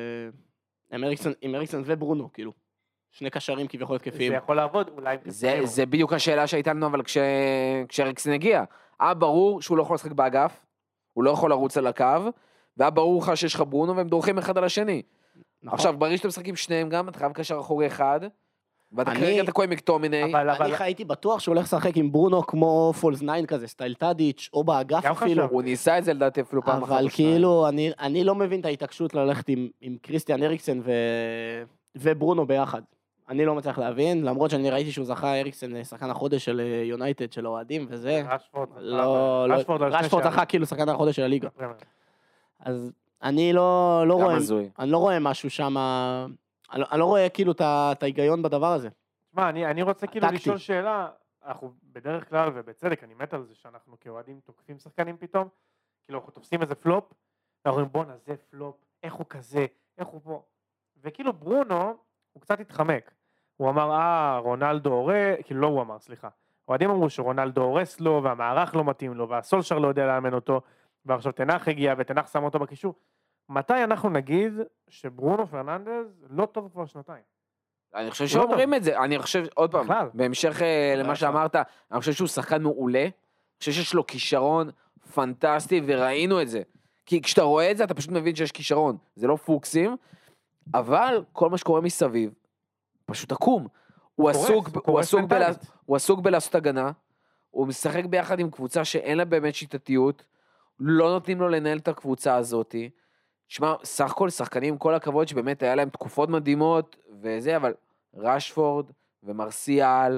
עם אריקסן, עם אריקסן וברונו, כאילו. שני קשרים כביכול זה התקפיים. יכול לעבוד, אולי... זה, זה בדיוק השאלה שהייתה לנו, אבל כש, כשאריקסן הגיע, היה ברור שהוא לא יכול לשחק באגף, הוא לא יכול לרוץ על הקו, והיה ברור לך שיש לך ברונו, והם דורכים אחד על השני. נכון. עכשיו, ברגע שאתם משחקים שניהם גם, אתה חייב קשר אחורי אחד, ואתה אני- כרגע תקוע עם מקטומיני, אבל, אבל... אני הייתי בטוח שהוא הולך לשחק עם ברונו כמו פולס ניין כזה, סטייל טאדיץ', או באגף גם אפילו. חשב. הוא ניסה את זה לדעתי אפילו פעם אחת. אבל או שניים. כאילו, אני, אני לא מבין את ההתעקשות ללכת עם, עם קריסטיאן אריקסן ו... וברונו ביחד. אני לא מצליח להבין, למרות שאני ראיתי שהוא זכה אריקסן שחקן החודש של יונייטד, של אוהדים וזה. רשפורד, לא, לא, רשפורד על שני רשפורד שערים. זכה כאילו שחקן החודש של הליגה. בפרמייר. אז אני לא, לא גם רואה, הזוי. אני לא רואה משהו שם, אני, לא- אני לא רואה כאילו את ה- את ההיגיון בדבר הזה. תשמע, אני, אני רוצה כאילו טקטי. לשאול שאלה, אנחנו בדרך כלל ובצדק, אני מת על זה שאנחנו כאוהדים תוקפים שחקנים פתאום, כאילו אנחנו תופסים איזה פלופ, ואנחנו אומרים בואנה זה פלופ, איך הוא כזה, איך הוא פה, וכאילו ברונו, הוא קצת התחמק, הוא אמר אה רונלדו הורס, כאילו לא הוא אמר סליחה, אוהדים אמרו שרונלדו הורס לו והמערך לא מתאים לו והסולשר לא יודע לאמן אותו, ועכשיו תנח הגיע ותנח שם אותו בקישור, מתי אנחנו נגיד שברונו פרננדז לא טוב כבר שנתיים? אני חושב הוא לא שאומרים את זה, אני חושב, עוד פעם, בכלל. בהמשך אה, למה בכלל. שאמרת, אני חושב שהוא שחקן מעולה, אני חושב שיש לו כישרון פנטסטי, וראינו את זה. כי כשאתה רואה את זה, אתה פשוט מבין שיש כישרון, זה לא פוקסים, אבל כל מה שקורה מסביב, פשוט עקום. הוא קורס, עסוק, הוא הוא קורס עסוק, בלה, מנטלית. הוא עסוק בלעשות הגנה, הוא משחק ביחד עם קבוצה שאין לה באמת שיטתיות, לא נותנים לו לנהל את הקבוצה הזאת. תשמע, סך הכל שחקנים, כל הכבוד שבאמת היה להם תקופות מדהימות וזה, אבל רשפורד ומרסיאל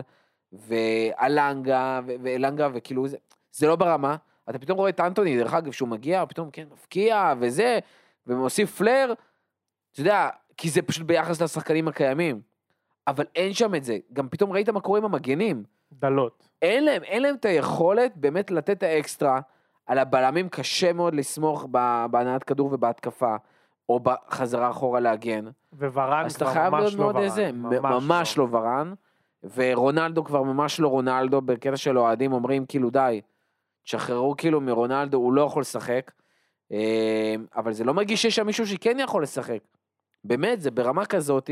ואלנגה ו- ואלנגה וכאילו זה, זה לא ברמה. אתה פתאום רואה את אנטוני, דרך אגב, שהוא מגיע, פתאום כן מפקיע וזה, ומוסיף פלר, אתה יודע, כי זה פשוט ביחס לשחקנים הקיימים. אבל אין שם את זה. גם פתאום ראית מה קורה עם המגנים. דלות. אין להם, אין להם את היכולת באמת לתת את האקסטרה, על הבלמים קשה מאוד לסמוך ב- בהנעת כדור ובהתקפה, או בחזרה אחורה להגן. וורן אז אתה כבר חייב ממש להיות לא מאוד ורן. איזה, ממש לא ורן, ורונלדו כבר ממש לא רונלדו, בקטע של אוהדים אומרים כאילו די, תשחררו כאילו מרונלדו, הוא לא יכול לשחק, אה, אבל זה לא מרגיש שיש שם מישהו שכן יכול לשחק. באמת, זה ברמה כזאת,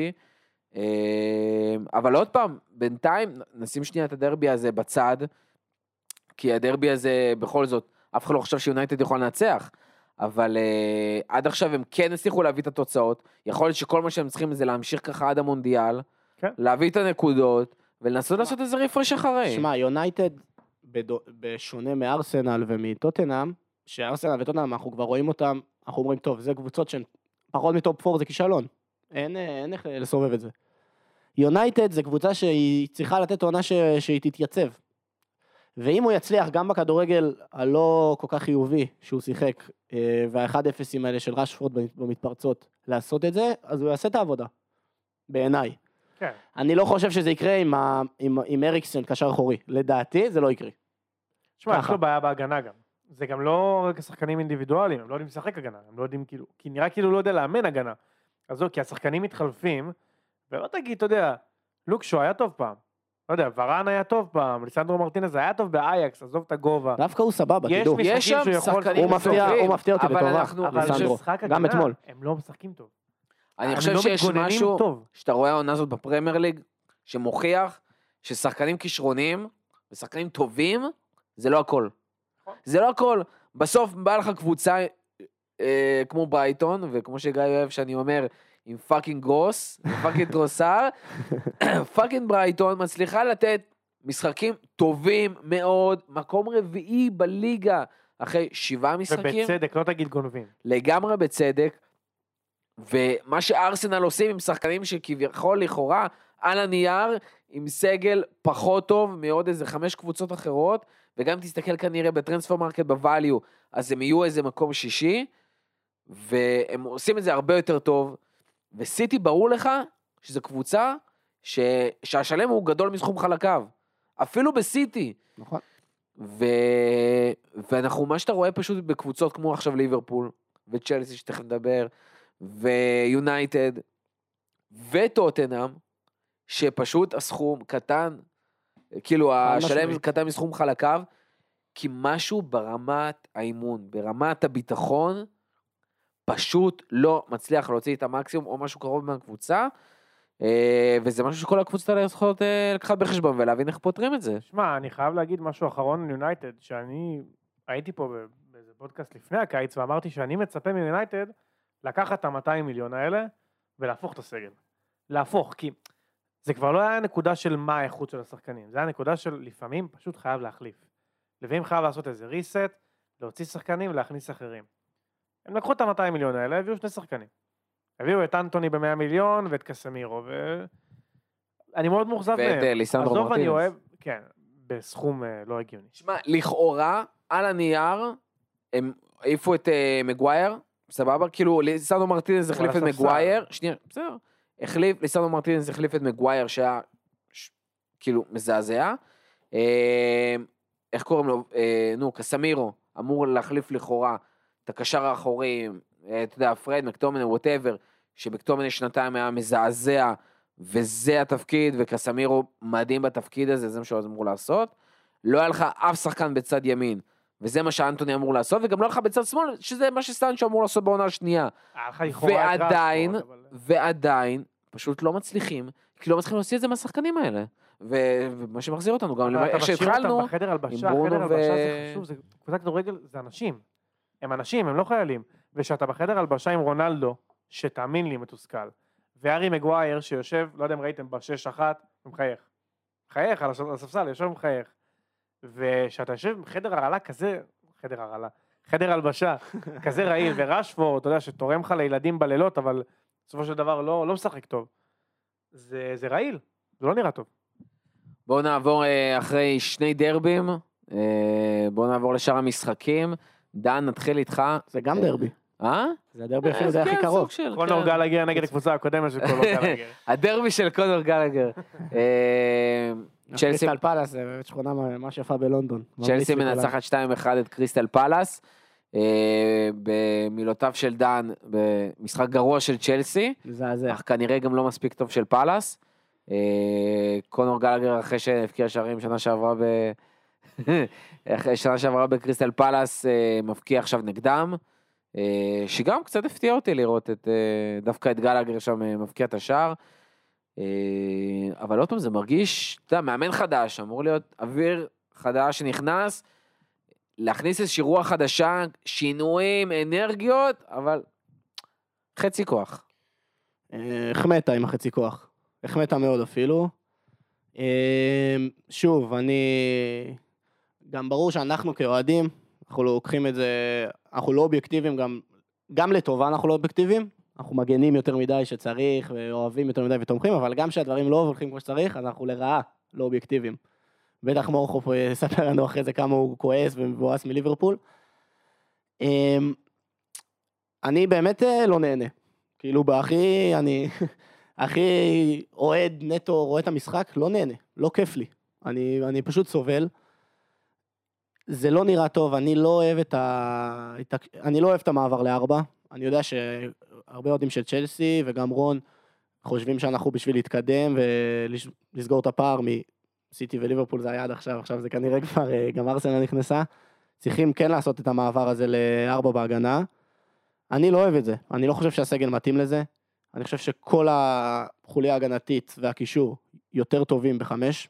אה, אבל עוד פעם, בינתיים, נשים שנייה את הדרבי הזה בצד, כי הדרבי הזה בכל זאת, אף אחד לא חושב שיונייטד יכול לנצח, אבל uh, עד עכשיו הם כן הצליחו להביא את התוצאות, יכול להיות שכל מה שהם צריכים זה להמשיך ככה עד המונדיאל, כן. להביא את הנקודות, ולנסות לעשות איזה רפרש אחרי. שמע, יונייטד, בדו- בשונה מארסנל ומטוטנאם, שארסנל וטוטנאם, אנחנו כבר רואים אותם, אנחנו אומרים, טוב, זה קבוצות שהן פחות מטופ פור, זה כישלון. אין, אין איך לסובב את זה. יונייטד זה קבוצה שהיא צריכה לתת עונה ש... שהיא תתייצב. ואם הוא יצליח גם בכדורגל הלא כל כך חיובי שהוא שיחק, וה-אחד אפסים האלה של רשפורד במתפרצות, לעשות את זה, אז הוא יעשה את העבודה. בעיניי. כן. אני לא חושב שזה יקרה עם, ה... עם... עם אריקסן קשר אחורי. לדעתי זה לא יקרה. תשמע, יש ככה. לו בעיה בהגנה גם. זה גם לא רק שחקנים אינדיבידואליים, הם לא יודעים לשחק הגנה, הם לא יודעים כאילו, כי נראה כאילו לא יודע לאמן הגנה. אז זהו, כי השחקנים מתחלפים, ולא תגיד, אתה יודע, לוקשו היה טוב פעם. לא יודע, ורן היה טוב פעם, ליסנדרו מרטינז היה טוב באייקס, עזוב את הגובה. דווקא הוא סבבה, יש תדעו. משחקים יש שם שהוא יכול- שחקנים הוא מפתיע- טובים, הוא מפתיע אותי אבל לטובה. אנחנו- אבל ליסנדרו. במשחק גם הגנה, אתמול. הם לא משחקים טוב. אני הם חושב לא שיש מתגוננים משהו, טוב. שאתה רואה העונה הזאת בפרמייר ליג, שמוכיח ששחקנים כישרוניים, ושחקנים טובים, זה לא הכל. זה לא הכל. בסוף בא לך קבוצה אה, כמו ברייטון, וכמו שגיא אוהב שאני אומר, עם פאקינג גרוס, עם פאקינג טרוסר, פאקינג ברייטון מצליחה לתת משחקים טובים מאוד, מקום רביעי בליגה, אחרי שבעה משחקים. ובצדק, לא תגיד גונבים. לגמרי בצדק, ומה שארסנל עושים עם שחקנים שכביכול לכאורה על הנייר, עם סגל פחות טוב מעוד איזה חמש קבוצות אחרות, וגם תסתכל כנראה בטרנספר מרקט בווליו, אז הם יהיו איזה מקום שישי, והם עושים את זה הרבה יותר טוב, וסיטי ברור לך שזו קבוצה ש... שהשלם הוא גדול מסכום חלקיו, אפילו בסיטי. נכון. ו... ואנחנו, מה שאתה רואה פשוט בקבוצות כמו עכשיו ליברפול, וצ'לסי שתכף נדבר, ויונייטד, וטוטנהאם, שפשוט הסכום קטן, כאילו השלם קטן מסכום חלקיו, כי משהו ברמת האימון, ברמת הביטחון, פשוט לא מצליח להוציא את המקסימום, או משהו קרוב מהקבוצה, וזה משהו שכל הקבוצה האלה צריכות לקחת בחשבון, ולהבין איך פותרים את זה. שמע, אני חייב להגיד משהו אחרון על יונייטד, שאני הייתי פה באיזה פודקאסט לפני הקיץ, ואמרתי שאני מצפה מיונייטד, לקחת את ה-מאתיים מיליון האלה, ולהפוך את הסגל. להפוך, כי זה כבר לא היה נקודה של מה האיכות של השחקנים, זה היה נקודה של לפעמים פשוט חייב להחליף. לפעמים חייב לעשות איזה ריסט, להוציא שחקנים ולהכניס אחרים. הם לקחו את ה-מאתיים מיליון האלה, הביאו שני שחקנים. הביאו את אנטוני ב-מאה מיליון ואת קסמירו, ואני מאוד מוחזב מהם. ואת ליסנדרו מרטינס. אני אוהב, כן, בסכום לא הגיוני. שמע, לכאורה, על הנייר, הם העיפו את מגווייר, סבבה? כאילו, ליסנדרו מרטינס החליף את מגווייר, שנייה, בסדר. החליף, ליסנדרו מרטינס החליף את מגווייר, שהיה, כאילו, מזעזע. איך קוראים לו? נו, קסמירו, אמור להחליף לכאורה את הקשר האחורי, אתה יודע, פרד, מקטומני, whatever, שבקטומני שנתיים היה מזעזע, וזה התפקיד, וקסמירו מדהים בתפקיד הזה, זה מה שהוא אמור לעשות. לא היה לך אף שחקן בצד ימין, וזה מה שאנטוני אמור לעשות, וגם לא היה לך בצד שמאל, שזה מה שסטנצ'ו אמור לעשות בעונה השנייה. ועדיין, ועדיין, פשוט לא מצליחים, כי לא מצליחים להוציא את זה מהשחקנים האלה. ומה שמחזיר אותנו, גם איך שהתחלנו, בחדר הלבשה, חדר הלבשה זה חשוב, זה קבוצת כדורגל, זה אנשים. הם אנשים, הם לא חיילים. ושאתה בחדר הלבשה עם רונלדו, שתאמין לי מתוסכל, וארי מגווייר שיושב, לא יודע אם ראיתם, בשש אחת, ומחייך. מחייך על הספסל, יושב ומחייך. ושאתה יושב בחדר הרעלה כזה, חדר הרעלה, חדר הלבשה, כזה רעיל, ורשפורד, אתה יודע, שתורם לך לילדים בלילות, אבל בסופו של דבר לא, לא משחק טוב. זה, זה רעיל, זה לא נראה טוב. בואו נעבור אחרי שני דרבים, בואו נעבור לשאר המשחקים. דן, נתחיל איתך. זה גם דרבי. אה? זה הדרבי אפילו זה הכי קרוב. קונור גלגר נגד הקבוצה הקודמת של קונור גלגר. הדרבי של קונור גלגר. קריסטל פלאס, זה באמת שכונה ממש יפה בלונדון. צ'לסי מנצחת שתיים אחת את קריסטל פלאס, במילותיו של דן, במשחק גרוע של צ'לסי, אך כנראה גם לא מספיק טוב של פלאס. קונור גלגר אחרי שהפקיע שערים שנה שעברה ב... שנה שעברה בקריסטל פלאס, מפקיע עכשיו נגדם, שגם קצת הפתיע אותי לראות את, דווקא את גלגר שם מפקיע את השער, אבל לא טוב, זה מרגיש, אתה יודע, מאמן חדש, אמור להיות אוויר חדש שנכנס, להכניס איזושהי רוח חדשה, שינויים, אנרגיות, אבל חצי כוח. החמאת עם החצי כוח, החמאת מאוד אפילו. שוב, אני, גם ברור שאנחנו כאוהדים, אנחנו לוקחים את זה, אנחנו לא אובייקטיביים, גם, גם לטובה אנחנו לא אובייקטיביים, אנחנו מגנים יותר מדי שצריך, ואוהבים יותר מדי ותומכים, אבל גם שהדברים לא הולכים כמו שצריך, אנחנו לרעה לא אובייקטיביים. בטח מורחוף יספר לנו אחרי זה כמה הוא כועס ומבואס מליברפול. אני באמת לא נהנה. כאילו בהכי, אני הכי אוהד נטו רואה את המשחק, לא נהנה, לא כיף לי. אני, אני פשוט סובל. זה לא נראה טוב, אני לא אוהב את ה... אני לא אוהב את המעבר לארבע. אני יודע שהרבה אוהדים של צ'לסי וגם רון חושבים שאנחנו בשביל להתקדם ולסגור את הפער מסיטי וליברפול, זה היה עד עכשיו, עכשיו זה כנראה כבר, גם ארסנל נכנסה. צריכים כן לעשות את המעבר הזה לארבע בהגנה. אני לא אוהב את זה, אני לא חושב שהסגל מתאים לזה. אני חושב שכל החוליה ההגנתית והקישור יותר טובים בחמש.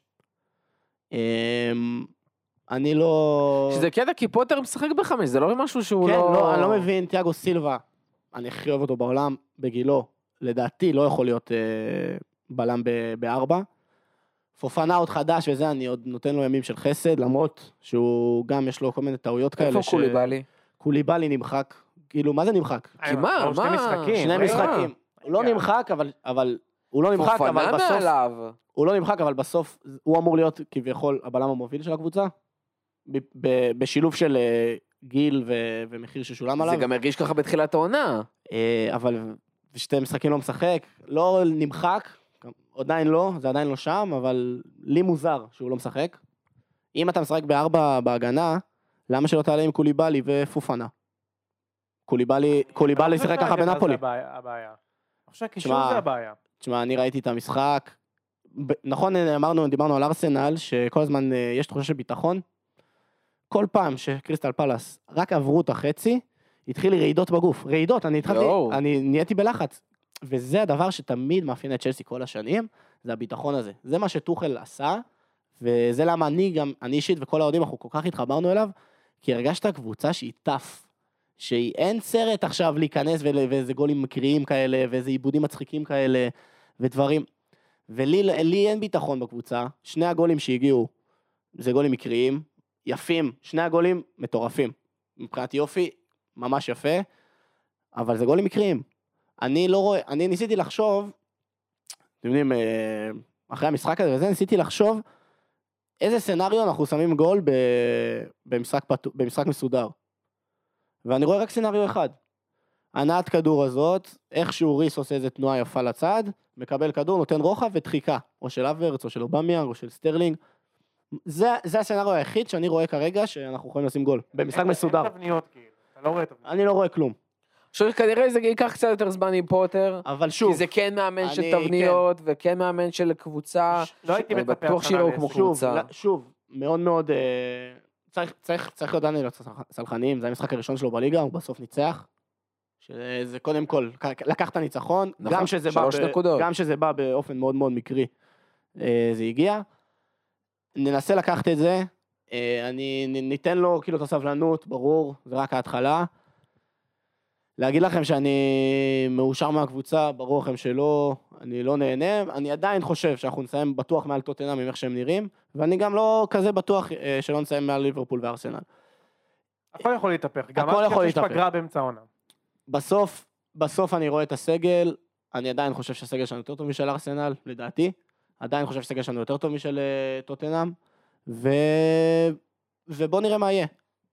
אני לא... שזה קטע, כי פוטר משחק בחמש, זה לא משהו שהוא כן, לא... כן, לא, אני לא מבין, תיאגו סילבה, אני הכי אוהב אותו בעולם, בגילו, לדעתי לא יכול להיות אה, בלם ב- בארבע. פופנה עוד חדש וזה, אני עוד נותן לו ימים של חסד, למרות שהוא גם יש לו כל מיני טעויות כאלה. איפה קוליבאלי? קוליבאלי נמחק, כאילו, מה זה נמחק? כי מה, שני מה? משחקים. שני משחקים. הוא לא נמחק, אבל, אבל, הוא לא נמחק, אבל פופנה בסוף, מעליו. הוא לא נמחק, אבל בסוף, הוא אמור להיות כביכול הבלם המוביל של הקבוצה, ב- ב- בשילוב של אה, גיל ו- ומחיר ששולם עליו. זה גם הרגיש ככה בתחילת העונה. אה, אבל שתי משחקים לא משחק, לא נמחק, עדיין לא, זה עדיין לא שם, אבל לי מוזר שהוא לא משחק. אם אתה משחק בארבע בהגנה, למה שלא תעלה עם קוליבאלי ופופנה? קוליבאלי, קוליבאלי שיחק ככה בנפולי. הבעיה. אני חושב שהקישור תשמע, זה הבעיה. תשמע, אני ראיתי את המשחק, ב- נכון, אמרנו, דיברנו על ארסנל, שכל הזמן אה, יש תחושה של ביטחון. כל פעם שקריסטל פלאס רק עברו את החצי, התחיל לי רעידות בגוף. רעידות, אני התחלתי, יואו. אני נהייתי בלחץ. וזה הדבר שתמיד מאפיין את צ'לסי כל השנים, זה הביטחון הזה. זה מה שטוחל עשה, וזה למה אני גם, אני אישית וכל האוהדים, אנחנו כל כך התחברנו אליו, כי הרגשת קבוצה שהיא טף, שהיא אין סרט עכשיו להיכנס ול- ואיזה גולים מקריים כאלה, ואיזה עיבודים מצחיקים כאלה, ודברים. ולי לי אין ביטחון בקבוצה, שני הגולים שהגיעו, זה גולים מקריים, יפים, שני הגולים מטורפים. מבחינת יופי, ממש יפה, אבל זה גולים מקריים. אני לא רואה, אני ניסיתי לחשוב, אתם יודעים, אחרי המשחק הזה וזה, ניסיתי לחשוב, איזה סנריו אנחנו שמים גול ב, במשחק, פתו, במשחק מסודר. ואני רואה רק סנריו אחד. הנעת כדור הזאת, איכשהו ריס עושה איזה תנועה יפה לצד, מקבל כדור, נותן רוחב ודחיקה, או של אברץ, או של אובמיאנג, או של סטרלינג. זה, זה הסנריו היחיד שאני רואה כרגע, שאנחנו יכולים לשים גול, במשחק מסודר. אין תבניות כאילו, אתה לא רואה תבניות. אני לא רואה כלום. עכשיו כנראה זה ייקח קצת יותר זמן עם פוטר, אבל שוב, כי זה כן מאמן של אני- תבניות, וכן מאמן של קבוצה, לא הייתי אני מצפה בטוח השנה שיראו כמו לזה. שוב, קבוצה. לא- שוב, מאוד מאוד, אה, צריך, צריך, צריך להיות דני להיות סלחניים, זה המשחק הראשון שלו בליגה, הוא בסוף ניצח, שזה קודם כל, לקח את הניצחון, נכון, גם שזה בא, שלוש ב- נקודות. גם שזה בא באופן מאוד מאוד מקרי, אה, זה הגיע, ננסה לקחת את זה, אה, אני נ- ניתן לו כאילו את הסבלנות, ברור, זה רק ההתחלה, להגיד לכם שאני מאושר מהקבוצה, ברור לכם שלא, אני לא נהנה, אני עדיין חושב שאנחנו נסיים בטוח מעל טוטנהאם עם איך שהם נראים, ואני גם לא כזה בטוח אה, שלא נסיים מעל ליברפול וארסנל. הכל יכול להתהפך, גם הכל אז יכול יש להתהפך. פגרה באמצע העונה. בסוף, בסוף אני רואה את הסגל, אני עדיין חושב שהסגל שלנו יותר טוב משל ארסנל, לדעתי, עדיין חושב שהסגל שלנו יותר טוב משל אה, טוטנהאם, ו... ובוא נראה מה יהיה.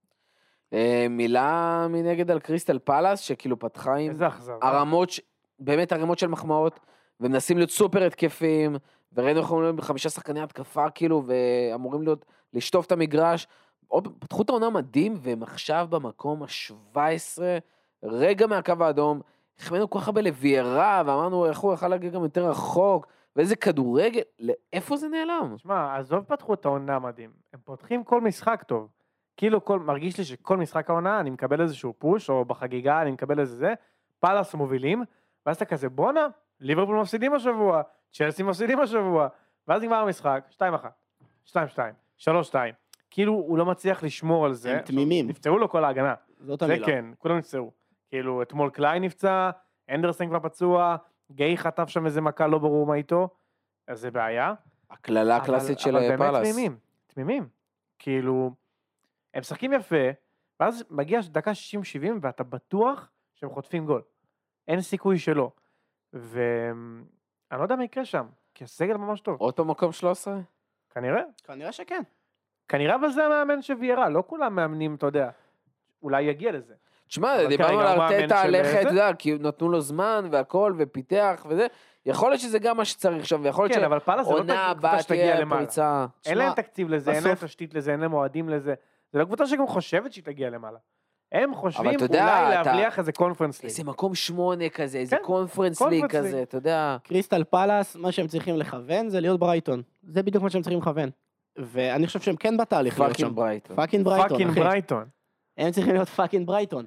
אה, מילה מנגד על קריסטל פלאס, שכאילו פתחה עם איזה אכזבה. הרמות, ש- באמת הרמות של מחמאות, ומנסים להיות סופר התקפים, וראינו איך אומרים בחמישה שחקני התקפה, כאילו, ואמורים להיות, לשטוף את המגרש, עוד, פתחו את העונה מדהים, והם עכשיו במקום ה-שבע עשרה, רגע מהקו האדום, החמאנו כל כך הרבה לוויירה, ואמרנו, איך הוא יכל להגיע גם יותר רחוק, ואיזה כדורגל, לאיפה זה נעלם? שמע, עזוב פתחו את העונה מדהים, הם פותחים כל משחק טוב. כאילו, כל, מרגיש לי שכל משחק העונה, אני מקבל איזשהו פוש, או בחגיגה, אני מקבל איזה זה, פלאס מובילים, ואז אתה כזה, בונה, ליברפול מפסידים השבוע, צ'לסי מפסידים השבוע, ואז נגמר המשחק, שתיים אחת, שתיים שתיים, שלוש שתיים. כאילו, הוא לא מצליח לשמור על זה. הם תמימים. נפצעו לו כל ההגנה. זאת זה המילה. כן, כולם נפצעו. כאילו, אתמול קליין נפצע, אנדרסן כבר פצוע, גיי חטף שם איזה מכה, לא ברור מה איתו, אז זה בעיה. הקללה הקלאסית של אבל באמת פלאס. תמימים, תמימים. כאילו, הם משחקים יפה, ואז מגיע דקה שישים שבעים, ואתה בטוח שהם חוטפים גול. אין סיכוי שלא. ואני לא יודע מה יקרה שם, כי הסגל ממש טוב. עוד פעם מקום שלוש עשרה? כנראה. כנראה שכן. כנראה אבל זה המאמן שוויירה, לא כולם מאמנים, אתה יודע. אולי יגיע לזה. תשמע, אבל דיברנו כרגע על הוא מאמן ארטטה, של לך, זה. אתה יודע, כי נתנו לו זמן והכל, ופיתח וזה. יכול להיות שזה גם מה שצריך שם, ויכול להיות כן, אבל פאלאס זה לא שעונה קבוצה הבאה שתגיע תהיה למעלה. פריצה. אין להם תשמע, תקציב לזה, אין להם בסוף- תשתית לזה, אין להם אוהדים לזה. זה לא קבוצה שגם חושבת שהיא תגיע למעלה. הם חושבים אתה יודע, אולי אתה- להבליח איזה קונפרנס ליג. איזה מקום שמונה כזה, איזה כן, קונפרנס קונפרנס ליג כזה, ליג. אתה יודע. קריסטל פלאס, מה שהם צריכים לכוון זה להיות ברייטון. זה בדיוק מה שהם צריכים לכוון. ואני חושב שהם כן בתהליך להיות שם. פאקינג ברייטון. פאקינג ברייטון, פאקינג אחי. ברייטון. הם צריכים להיות פאקינג ברייטון.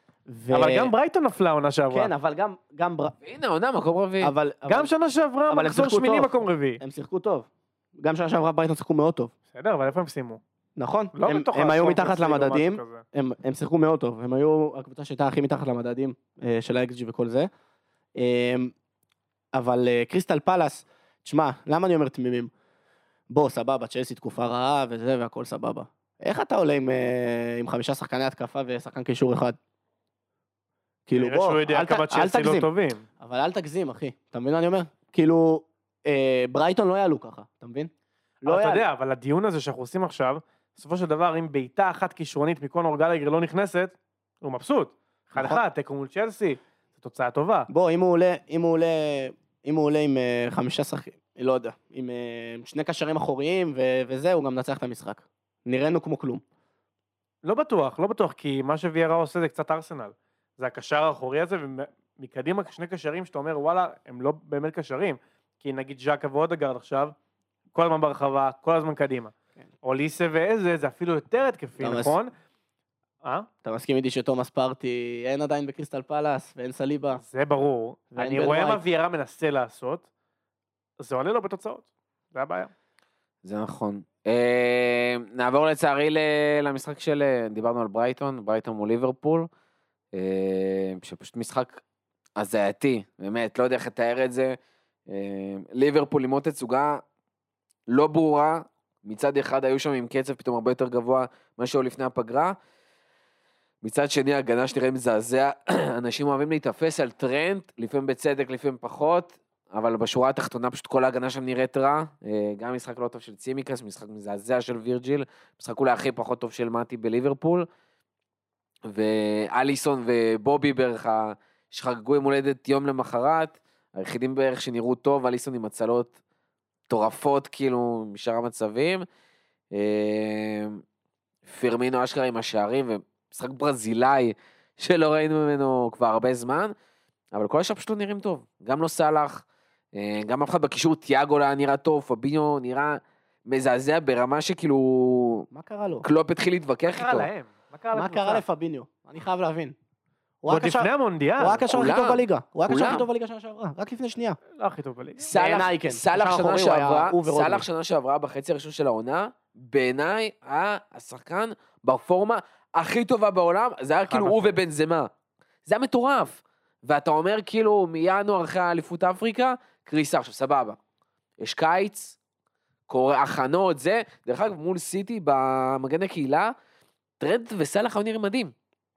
ו- אבל גם ברייטון נפלה עונה שעברה. כן, אבל גם, גם, בר- הנה, עונה, מקום רביעי. אבל, גם אבל שנה שעברה, אבל הם מחזור שיחקו שמיני טוב. מקום רביעי. הם שיחקו טוב. גם שנה שעברה ברייטון שיחקו מאוד טוב. בסדר, אבל איפה הם סיימו? נכון? לא הם, בתוך הם היו הקונפרנס מתחת ליג או משהו למדדים, כזה. הם, הם שיחקו מאוד טוב. הם היו הקבוצה שהייתה הכי מתחת למדדים אה, של ה-אקס ג'י וכל זה. אה, אבל אה, קריסטל פלאס, תשמע, למה אני אומר תמימים? בוא, סבבה, צ'לסי תקופה רעה וזה, והכל סבבה. איך אתה עולה עם, אה, עם חמישה שחקני התקפה ושחקן קישור אחד? כאילו, נראה בוא, שהוא יודע אל ת- כמה אל צ'לסי לא תגזים. טובים. אבל אל תגזים, אחי. אתה מבין מה אני אומר? כאילו, אה, ברייטון לא יעלו ככה, אתה מבין? אבל לא אתה יעלו. יודע, אבל הדיון הזה שאנחנו עושים עכשיו, בסופו של דבר, אם בעיטה אחת כישרונית מקונור גלגר לא נכנסת, הוא מבסוט. אחד נכון. אחד, תיקו מול צ'לסי, זו תוצאה טובה. בוא, אם הוא עולה, אם הוא עולה, אם הוא עולה עם אה, חמישה שחקנים, לא יודע, עם אה, שני קשרים אחוריים ו- וזה, הוא גם נצח את המשחק. נראינו כמו כלום. לא בטוח, לא בטוח, כי מה שוויירה עושה זה קצת ארסנל. זה הקשר האחורי הזה, ומקדימה שני קשרים שאתה אומר, וואלה, הם לא באמת קשרים. כי נגיד ז'קה ואודגרד עכשיו, כל הזמן ברחבה, כל הזמן קדימה. כן. או ליסה ואיזה, זה אפילו יותר התקפי, תומאס. נכון? אה? אתה מסכים איתי שתומאס פארטי אין עדיין בקריסטל פלאס ואין סליבה? זה ברור. ואין אני בן רואה מה ווייט. ויירה מנסה לעשות, זה עולה לו בתוצאות. זה הבעיה. זה נכון. אה, נעבור לצערי ל- למשחק של, אה, דיברנו על ברייטון, ברייטון מול ליברפול, אה, שפשוט משחק הזייתי, באמת, לא יודע איך לתאר את זה. אה, ליברפול עם עוד תצוגה לא ברורה, מצד אחד היו שם עם קצב פתאום הרבה יותר גבוה מה שהיו לפני הפגרה, מצד שני הגנה שנראה מזעזע, אנשים אוהבים להתאפס על טרנד, לפעמים בצדק, לפעמים פחות, אבל בשורה התחתונה פשוט כל ההגנה שם נראית רע, גם משחק לא טוב של צימיקס, משחק מזעזע של וירג'יל, משחק אולי הכי פחות טוב של מתי בליברפול, ואליסון ובובי בערך שחגגו עם הולדת יום למחרת, היחידים בערך שנראו טוב, אליסון עם הצלות טורפות כאילו משאר המצבים, פירמינו אשכרה עם השערים, ומשחק ברזילאי שלא ראינו ממנו כבר הרבה זמן, אבל כל השאר פשוט לא נראים טוב, גם לא סלח, גם אף אחד בקישור, תיאגו לא נראה טוב, פביניו נראה מזעזע ברמה שכאילו מה קרה לו? קלופ התחיל להתווכח מה קרה איתו. להם? מה קרה מה לקבוצה? קרה לפביניו? אני חייב להבין. הוא עוד היה הקשר- לפני המונדיאל. הוא היה הקשר הכי כולם. טוב בליגה. הוא היה הקשר כולם. הכי טוב בליגה שנה שעברה, רק לפני שנייה. לא הכי טוב בליגה. סלח, בעיניי כן. סלח קשר שנה אחורי הוא היה שעברה, הוא ורודרי. סלח שנה שעברה בחצי הראשון של העונה, בעיניי היה השחקן בפורמה הכי טובה בעולם, זה היה כאילו הוא משמעית. ובנזמה. זה היה מטורף. ואתה אומר כאילו מינואר אחרי האליפות אפריקה, קריסה, עכשיו סבבה. יש קיץ, קורא הכנות, זה, דרך אגב מול סיטי במגן הקהילה, טרנד וסלח היו נראים מדהים.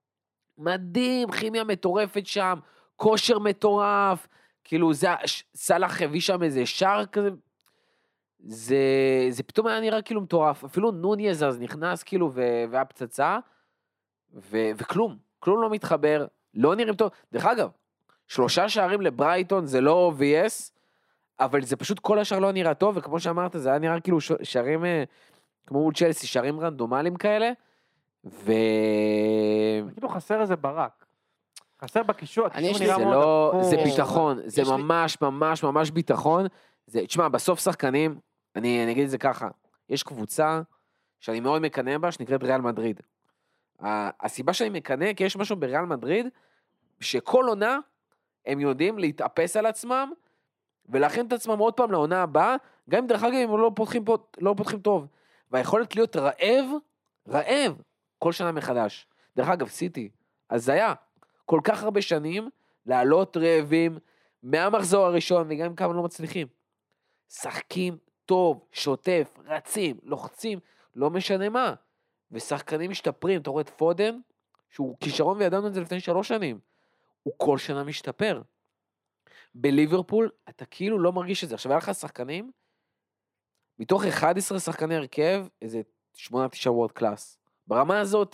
מדהים, כימיה מטורפת שם, כושר מטורף, כאילו זה, סלח הביא שם איזה שער כזה, זה, זה פתאום היה נראה כאילו מטורף, אפילו נוניאז אז נכנס כאילו ו- והיה פצצה, ו- וכלום, כלום לא מתחבר, לא נראים טוב, דרך אגב, שלושה שערים לברייטון זה לא אובייס, אבל זה פשוט כל השאר לא נראה טוב, וכמו שאמרת זה היה נראה כאילו ש- שערים, אה, כמו מול צ'לסי, שערים רנדומליים כאלה, ו... כאילו חסר איזה ברק. חסר בקישור, אני, יש הקישור לי- נראה זה מאוד לא, דפוק. זה ביטחון, זה יש לי- ממש ממש ממש ביטחון, זה, תשמע, בסוף שחקנים, אני, אני אגיד את זה ככה, יש קבוצה שאני מאוד מקנא בה, שנקראת ריאל מדריד. ה- הסיבה שאני מקנא, כי יש משהו בריאל מדריד, שכל עונה הם יודעים להתאפס על עצמם, ולהכין את עצמם עוד פעם לעונה הבאה, גם אם דרך אגב הם לא פותחים, פה, לא פותחים טוב, והיכולת להיות רעב, רעב, כל שנה מחדש. דרך אגב, סיטי, אז זה היה כל כך הרבה שנים, לעלות רעבים, מהמחזור הראשון, וגם אם כמה לא מצליחים. שחקים טוב, שוטף, רצים, לוחצים, לא משנה מה. ושחקנים משתפרים, אתה רואה את פודן, שהוא כישרון וידענו את זה לפני שלוש שנים. הוא כל שנה משתפר. בליברפול, אתה כאילו לא מרגיש את זה. עכשיו, היה לך שחקנים, מתוך אחד עשר שחקני הרכב, איזה שמונה תשע וורד קלאס. ברמה הזאת,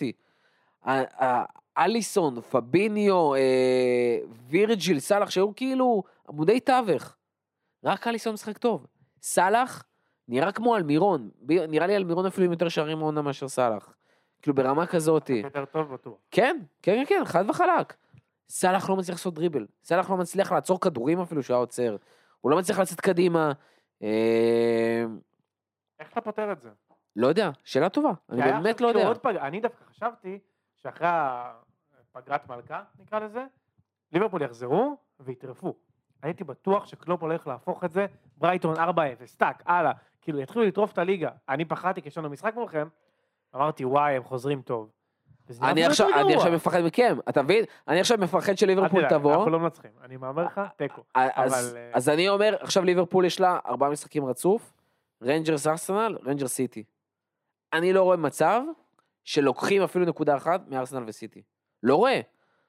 אליסון, פביניו, אה, וירג'יל, סלח, שהיו כאילו עמודי תווך. רק אליסון משחק טוב. סלח נראה כמו אלמירון. נראה לי אלמירון אפילו עם יותר שערים מעונה מאשר סלח. כאילו ברמה כזאת. יותר טוב בטוח. כן, כן, כן, חד וחלק. סלח לא מצליח לעשות דריבל. סלח לא מצליח לעצור כדורים אפילו שהוא עוצר. הוא לא מצליח לצאת קדימה. אה, איך אתה פותר את זה? לא יודע, שאלה טובה. אני כי היה באמת עכשיו לא יודע. כאילו עוד פג- אני דווקא חשבתי שאחרי הפגרת מלכה, נקרא לזה, ליברפול יחזרו ויטרפו. הייתי בטוח שקלופ הולך להפוך את זה, ברייטון ארבע אפס, טק, הלאה. כאילו יתחילו לטרוף את הליגה. אני פחדתי כי יש לנו משחק מולכם, אמרתי וואי הם חוזרים טוב. וזה נהיה אני אפילו עכשיו, יותר אני גרוע. עכשיו מפחד מכם, אתה מבין? אני עכשיו מפחד אל שליברפול תדאג, תבוא. אנחנו לא מנצחים, אני מאמר לך, תיקו. אז, אבל, אה, אז אני אומר, עכשיו ליברפול יש לה ארבעה משחקים רצוף, רנג'רס ארסנל, רנג'ר סיטי. אני לא רואה מצב שלוקחים אפילו נקודה אחת מארסנל וסיטי. לא רואה.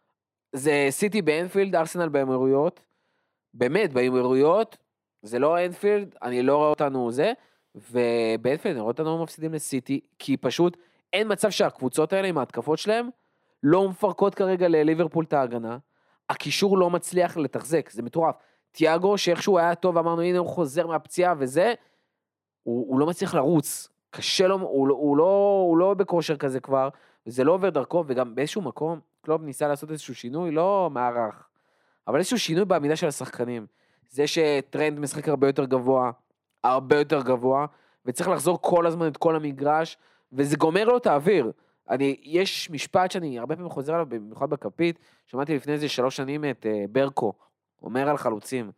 זה סיטי באנפילד, ארסנל באמירויות. באמת, באמירויות, זה לא אנפילד, אני לא רואה אותנו זה, ובאנפילד אני רואה אותנו מפסידים לסיטי, כי פשוט אין מצב שהקבוצות האלה עם ההתקפות שלהם, לא מפרקות כרגע לליברפול את ההגנה, הקישור לא מצליח לתחזק, זה מטורף. תיאגו, שאיכשהו היה טוב, אמרנו, הנה הוא חוזר מהפציעה וזה, הוא, הוא לא מצליח לרוץ, קשה לו, הוא, הוא, לא, הוא לא בכושר כזה כבר, וזה לא עובר דרכו, וגם באיזשהו מקום, קלופ ניסה לעשות איזשהו שינוי, לא מערך, אבל איזשהו שינוי בעמידה של השחקנים, זה שטרנד משחק הרבה יותר גבוה, הרבה יותר גבוה, וצריך לחזור כל הזמן את כל המגרש, וזה גומר לו את האוויר. אני, יש משפט שאני הרבה פעמים חוזר עליו, במיוחד בכפית, שמעתי לפני איזה שלוש שנים את uh, ברקו, אומר על חלוצים,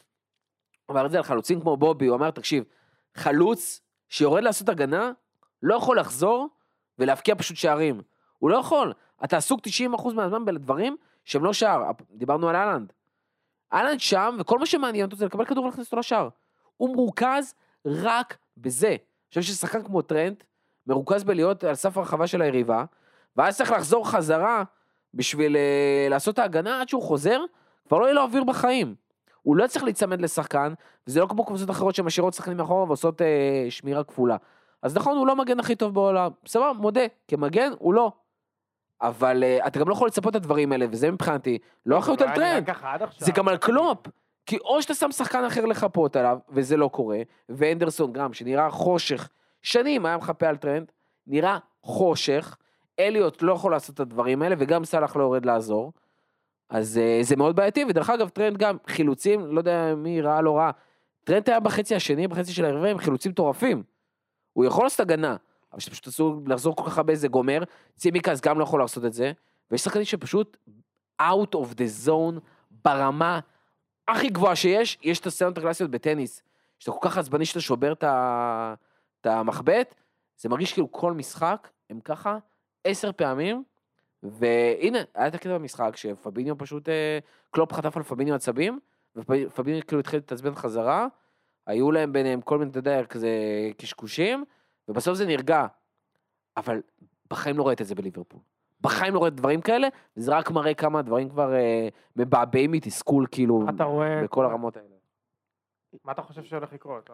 הוא אמר את זה על חלוצים כמו בובי, הוא אמר, תקשיב, חלוץ שיורד לעשות הגנה, לא יכול לחזור ולהפקיע פשוט שערים. הוא לא יכול. אתה עסוק תשעים אחוז מהזמן בדברים שהם לא שער. דיברנו על אילנד. אילנד שם, וכל מה שמעניין אותו זה לקבל כדור ולהכניס אותו לשער. הוא מרוכז רק בזה. אני חושב ששחקן כמו טרנט, מרוכז בלהיות על סף הרחבה של היריבה, ואז צריך לחזור חזרה בשביל uh, לעשות ההגנה עד שהוא חוזר, כבר לא יהיה לו אוויר בחיים. הוא לא צריך להצמד לשחקן, וזה לא כמו קבוצות אחרות שמשאירות שחקנים מאחורה ועושות uh, שמירה כפולה. אז נכון, הוא לא מגן הכי טוב בעולם. בסדר, מודה, כמגן הוא לא. אבל uh, אתה גם לא יכול לצפות את הדברים האלה, וזה מבחינתי, לא אחריות על טרנד, זה גם על קלופ. כי או שאתה שם שחקן אחר לחפות עליו, וזה לא קורה, ואנדרסון גם, שנראה חושך, שנים היה מחפה על טרנד, נראה חושך, אליוט לא יכול לעשות את הדברים האלה, וגם סלח לא יורד לעזור, אז uh, זה מאוד בעייתי, ודרך אגב טרנד גם חילוצים, לא יודע מי ראה לא ראה, טרנד היה בחצי השני, בחצי של הרבע, עם חילוצים טורפים, הוא יכול לעשות הגנה, אבל שפשוט אסור לחזור כל כך הרבה, זה גומר, צימיקס גם לא יכול לעשות את זה, ויש שחקנים שפשוט out of the zone, ברמה הכי גבוהה שיש, יש את הסצנות הקלאסיות בטניס, שאתה כל כך עצבני שאתה שובר את המחבט, זה מרגיש כאילו כל משחק, הם ככה עשר פעמים, והנה, היה את הקטע במשחק, שפביניו פשוט, קלופ חטף על פביניו עצבים, ופביניו כאילו התחיל להתעצבן חזרה, היו להם ביניהם כל מיני, אתה יודע, כזה קשקושים, ובסוף זה נרגע, אבל בחיים לא ראית את זה בליברפול. בחיים לא ראית דברים כאלה, וזה רק מראה כמה דברים כבר אה, מבעבעים מתסכול, כאילו, רואה... בכל הרמות האלה. מה אתה חושב שהולך לקרות?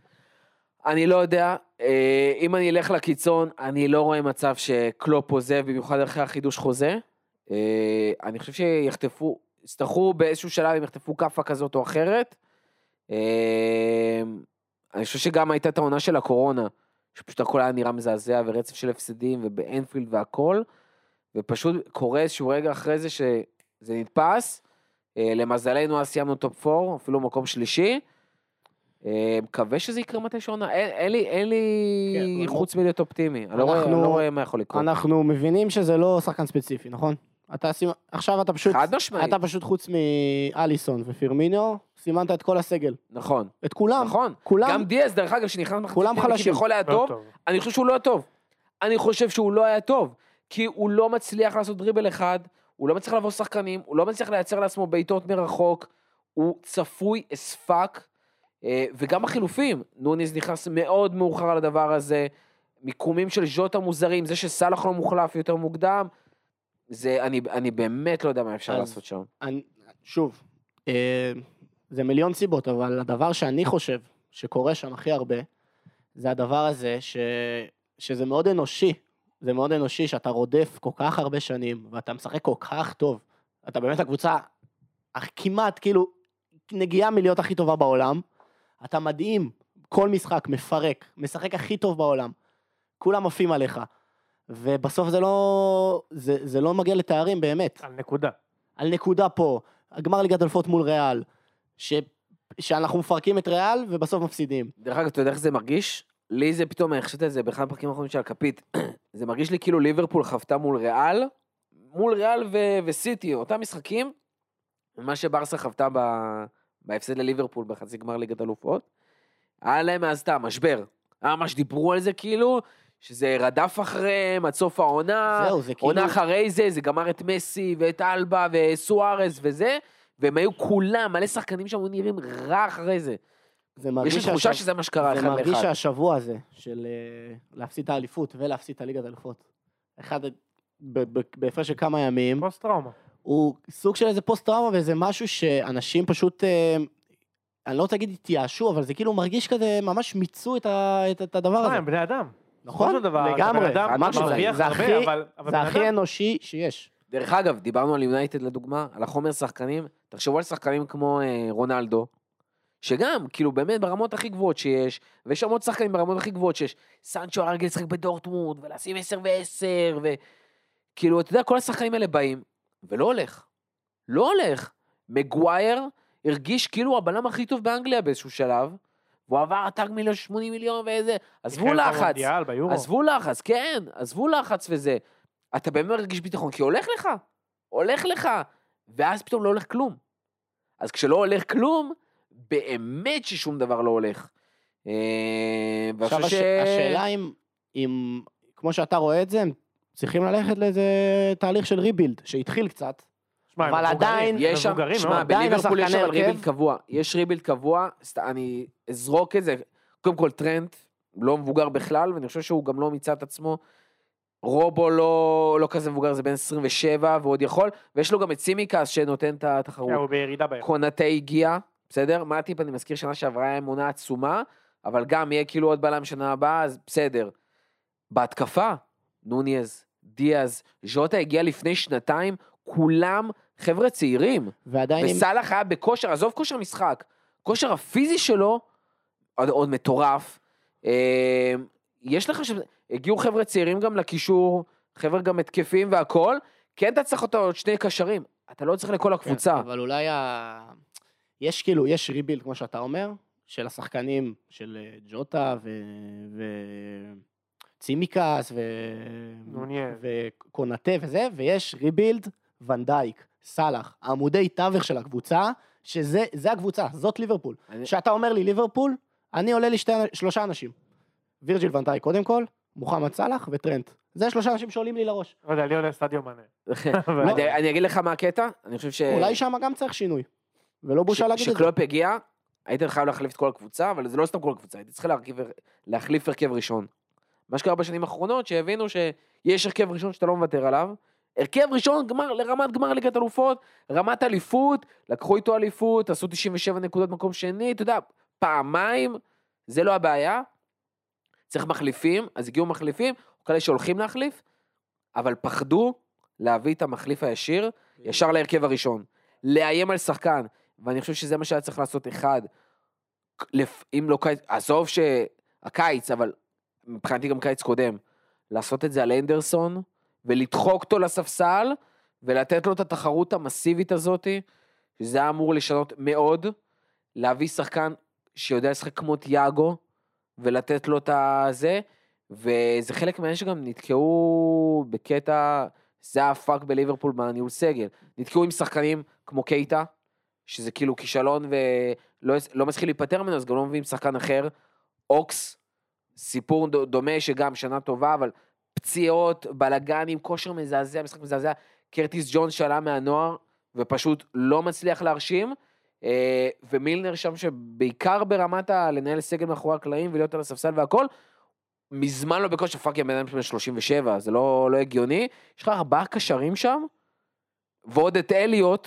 אני לא יודע, אה, אם אני אלך לקיצון, אני לא רואה מצב שקלופ עוזב, במיוחד אחרי החידוש חוזה, אה, אני חושב שיחטפו, יצטרכו באיזשהו שלב, הם יחטפו קפה כזאת או אחרת, אה, אני חושב שגם הייתה את העונה של הקורונה, שפשוט הכל היה נראה מזעזע, ורצף של הפסדים, ובאנפילד והכל, ופשוט קורה איזשהו רגע אחרי זה שזה נתפס, למזלנו אז סיימנו טופ ארבע, אפילו מקום שלישי, מקווה שזה יקרה מתי שעונה, אין לי, אין לי חוץ מלהיות אופטימי, אני לא רואה מה יכול לקרות. אנחנו מבינים שזה לא שחקן ספציפי, נכון? עכשיו אתה פשוט, חד משמעית. אתה פשוט חוץ מאליסון ופירמיניו, סימנת את כל הסגל. נכון. את כולם. נכון. כולם. גם דיאז, דרך אגב, שנכנס כולם חלשים. יכול היה טוב, אני חושב שהוא לא היה טוב. אני חושב שהוא לא היה טוב, כי הוא לא מצליח לעשות דריבל אחד, הוא לא מצליח לעבור שחקנים, הוא לא מצליח לייצר לעצמו בעיטות מרחוק, הוא צפוי אספק, וגם החילופים, נוניס נכנס מאוד מאוחר על הדבר הזה, מיקומים של ז'וטה מוזרים, זה שסלח לא מוחלף יותר מוקדם, זה, אני, אני באמת לא יודע מה אפשר לעשות שם. אני, שוב, אה, זה מיליון סיבות, אבל הדבר שאני חושב שקורה שם הכי הרבה, זה הדבר הזה ש, שזה מאוד אנושי, זה מאוד אנושי שאתה רודף כל כך הרבה שנים, ואתה משחק כל כך טוב, אתה באמת הקבוצה כמעט כאילו נגיעה מלהיות הכי טובה בעולם, אתה מדהים, כל משחק מפרק, משחק הכי טוב בעולם, כולם עפים עליך, ובסוף זה לא, זה, זה לא מגיע לתארים באמת. על נקודה. על נקודה פה, הגמר ליגת אלופות מול ריאל, ש, שאנחנו מפרקים את ריאל ובסוף מפסידים. דרך אגב, אתה יודע איך זה מרגיש? לי זה פתאום, אני חושבת את זה באחד הפרקים האחרונים של הכפית, זה מרגיש לי כאילו ליברפול חפתה מול ריאל, מול ריאל ו- וסיטי, אותם משחקים, מה שברסה חפתה ב- בהפסד לליברפול בחצי גמר ליגת אלופות, היה להם אז את המשבר, היה ממש דיברו על זה כאילו, שזה רדף אחריהם, עד סוף העונה, זהו, זה עונה כאילו... אחרי זה, זה גמר את מסי ואת אלבה וסוארס וזה, והם היו כולם, מלא שחקנים שם נראים רע אחרי זה. זה מרגיש יש לי תחושה שזה מה שקרה אחד זה מרגיש לאחד. שהשבוע הזה, של אה, להפסיד את האליפות ולהפסיד את הליגת האלופות, אחד, ב- ב- בהפרש של כמה ימים, פוסט טראומה. הוא סוג של איזה פוסט טראומה, וזה משהו שאנשים פשוט, אה, אני לא רוצה להגיד התייאשו, אבל זה כאילו מרגיש כזה, ממש מיצו את, ה, את, את הדבר מה, הזה. הם בני אדם. נכון? בסופו של דבר, אתה לגמרי. בן אדם אמרתי, זה- מרוויח זה הרבה, הכי- אבל- אבל זה בן הכי אדם- אנושי שיש. דרך אגב, דיברנו על יונייטד לדוגמה, על החומר שחקנים, תחשבו על שחקנים כמו אה, רונלדו, שגם, כאילו, באמת ברמות הכי גבוהות שיש, ויש שם עוד שחקנים ברמות הכי גבוהות שיש, סנצ'ו הרגיל לשחק בדורטמונד, ולשים עשר ועשר, וכאילו, אתה יודע, כל השחקנים האלה באים, ולא הולך. לא הולך. מגווייר הרגיש כאילו הבלם הכי טוב באנגליה באיזשהו שלב, והוא עבר תג מיליון שמונים מיליון ואיזה, עזבו ניחן לחץ, במונדיאל, ביורו. עזבו לחץ, כן, עזבו לחץ וזה. אתה באמת מרגיש ביטחון, כי הולך לך, הולך לך, ואז פתאום לא הולך כלום. אז כשלא הולך כלום, באמת ששום דבר לא הולך. אה, עכשיו, ואני חושב הש... השאלה אם, אם, כמו שאתה רואה את זה, הם צריכים ללכת לאיזה תהליך של ריבילד, שהתחיל קצת, שמע, הם אבל מבוגרים, עדיין- הם יש שם, מבוגרים שמע, מאוד. עדיין בליברפול יש השחקני שם ריבילד הרכב. קבוע, יש ריבילד קבוע, סת- אני אזרוק את זה, קודם כל טרנט, לא מבוגר בכלל, ואני חושב שהוא גם לא מיצה את עצמו, רובו לא, לא כזה מבוגר, זה בין עשרים ושבע, ועוד יכול, ויש לו גם את סימיקס שנותן את כן, התחרות. הוא בירידה בהם. קונטה הגיע, בסדר? מה הטיפ? אני מזכיר שנה שעברה היה אמונה עצומה, אבל גם יהיה כאילו עוד בלם שנה הבאה, אז בסדר. בהתקפה, נוניז, דיאז, ז'וטה הגיע לפני שנתיים, כולם חבר'ה צעירים. ועדיין אם... וסלח היה בכושר, עזוב כושר משחק, כושר הפיזי שלו, עוד, עוד מטורף. אה, יש לך ש... הגיעו חבר'ה צעירים גם לקישור, חבר'ה גם התקפים והכל, כן אתה צריך אותו עוד שני קשרים, אתה לא צריך לכל הקבוצה. כן, אבל אולי ה... יש כאילו, יש ריבילד, כמו שאתה אומר, של השחקנים, של אה, ג'וטה ו... ו... צימיקס ו... נוניז. וקונטה וזה, ויש ריבילד ונדייק, סלח, עמודי תווך של הקבוצה, שזה זה הקבוצה, זאת ליברפול. אני- כשאתה אומר לי ליברפול, אני עולה לי שתי, שלושה אנשים. וירג'יל ונדייק קודם כל, מוחמד סלח וטרנט. זה שלושה אנשים שעולים לי לראש. לא יודע, לי עולה סטדיו מנה. אני, אני אגיד לך מה הקטע, אני חושב ש... אולי שם גם צריך שינוי. ולא בושה להגיד את זה. שקלופ הגיע, הייתי חייב להחליף את כל הקבוצה, אבל זה לא סתם כל הקבוצה, הייתי צריך להרכיב, להחליף הרכב ראשון. מה שקרה בשנים האחרונות, שהבינו שיש הרכב ראשון שאתה לא מוותר עליו, הרכב ראשון גמר, לרמת גמר ליגת אלופות, רמת אליפות, לקחו איתו אליפות, עשו תשעים ושבע נקודות מקום שני, אתה יודע, פעמיים, זה לא הבעיה, צריך מחליפים, אז הגיעו מחליפים, או כאלה שהולכים להחליף, אבל פחדו להביא את המחליף הישיר, ישר להרכב הראשון, לאיים על שחקן, ואני חושב שזה מה שהיה צריך לעשות אחד, אם לא קיץ, עזוב שהקיץ, אבל מבחינתי גם קיץ קודם, לעשות את זה על אנדרסון, ולדחוק אותו לספסל, ולתת לו את התחרות המסיבית הזאת, שזה היה אמור לשנות מאוד, להביא שחקן שיודע לשחק כמו תיאגו, ולתת לו את הזה, וזה חלק מהן שגם נתקעו בקטע, זה הפאק בליברפול בניהול סגל, נתקעו עם שחקנים כמו קייטה, שזה כאילו כישלון ולא לא מצליחים להיפטר ממנו, אז גם לא מביאים שחקן אחר, אוקס, סיפור דומה שגם שנה טובה, אבל פציעות, בלגנים, כושר מזעזע, משחק מזעזע, קרטיס ג'ונס שעלה מהנוער, ופשוט לא מצליח להרשים, ומילנר שם שבעיקר ברמת לנהל סגל מאחורי הקלעים, ולהיות על הספסל והכל, מזמן לא בכושר, פאק ים ביניים של שלושים ושבע, זה לא, לא הגיוני, יש לך ארבעה קשרים שם, ועוד את אליוט,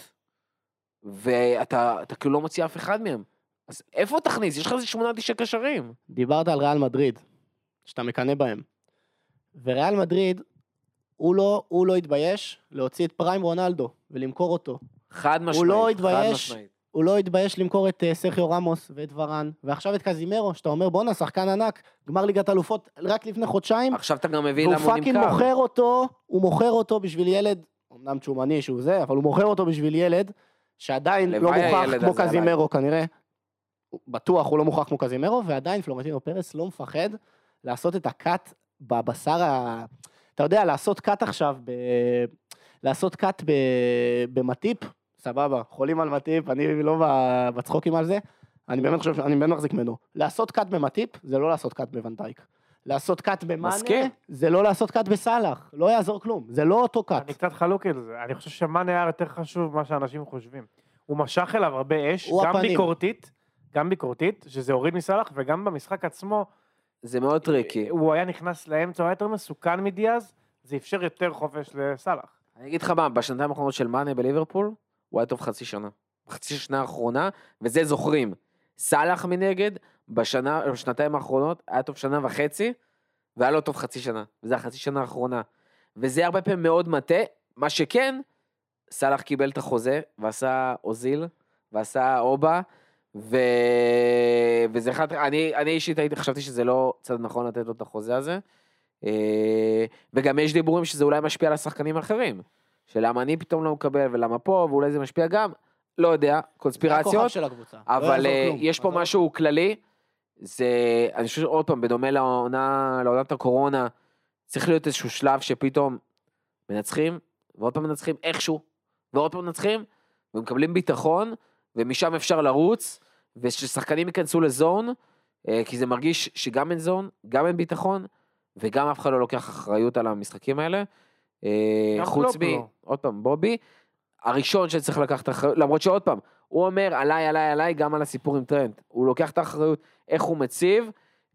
ואתה אתה כאילו לא מוציא אף אחד מהם, אז איפה תכניס? יש לך איזה שמונה תשע קשרים. דיברת על ריאל מדריד, שאתה מקנה בהם. וריאל מדריד, הוא לא, הוא לא התבייש להוציא את פריים רונלדו ולמכור אותו. חד משמעית. הוא לא חד התבייש, משמעית. הוא לא התבייש למכור את uh, סרחיו רמוס ואת ורן, ועכשיו את קזימרו, שאתה אומר בונה, שחקן ענק, גמר ליגת אלופות רק לפני חודשיים, עכשיו אתה גם מבין והוא למה הוא פאקינג נמכר. מוכר אותו, הוא מוכר אותו בשביל ילד, אמנם צ'ומני שהוא זה, אבל הוא מוכר אותו בשביל ילד, שעדיין לא לוואי מוכח הילד כמו הזה קזימרו כנראה, בטוח הוא לא מוכח כמו קזימרו, ועדיין פלורנטינו פרס לא מפחד לעשות את הקאט בבשר ה... אתה יודע, לעשות קאט עכשיו, ב... לעשות קאט ב... במטיפ, סבבה, חולים על מטיפ, אני לא בצחוקים על זה, אני באמת חושב, אני באמת מחזיק ממנו. לעשות קאט במטיפ, זה לא לעשות קאט בוונדייק. לעשות קאט במאנה, מסכים. זה לא לעשות קאט בסלח, לא יעזור כלום, זה לא אותו קאט. אני קצת חלוק על זה, אני חושב שמאנה היה יותר חשוב ממה שאנשים חושבים. הוא משך אליו הרבה אש, הוא גם הפנים. ביקורתית, גם ביקורתית, שזה הוריד מסלח, וגם במשחק עצמו, זה מאוד טריקי. הוא היה נכנס לאמצע, הוא היה יותר מסוכן מדיאז, זה אפשר יותר חופש לסלח. אני אגיד לך מה, בשנתיים האחרונות של מאנה בליברפול, הוא היה טוב חצי שנה. חצי שנה האחרונה, וזה זוכרים. סלח מנגד, בשנה, בשנתיים האחרונות, היה טוב שנה וחצי, והיה לא טוב חצי שנה. וזה החצי שנה האחרונה. וזה הרבה פעמים מאוד מטה, מה שכן, סלח קיבל את החוזה, ועשה אוזיל, ועשה אובה, ו... וזה אחד, אני, אני אישית הייתי, חשבתי שזה לא צד נכון לתת לו את החוזה הזה, וגם יש דיבורים שזה אולי משפיע על השחקנים האחרים, שלמה אני פתאום לא מקבל, ולמה פה, ואולי זה משפיע גם, לא יודע, קונספירציות, אבל יש פה משהו כללי, זה, אני חושב שעוד פעם, בדומה לעונה, לעונת הקורונה, צריך להיות איזשהו שלב שפתאום מנצחים, ועוד פעם מנצחים איכשהו, ועוד פעם מנצחים, ומקבלים ביטחון, ומשם אפשר לרוץ, וששחקנים ייכנסו לזון, כי זה מרגיש שגם אין זון, גם אין ביטחון, וגם אף אחד לא לוקח אחריות על המשחקים האלה. חוץ מ... עוד פעם, בובי, הראשון שצריך לקחת אחריות, למרות שעוד פעם, הוא אומר עליי, עליי, עליי, גם על הסיפור עם טרנט. הוא לוקח את האחריות, איך הוא מציב.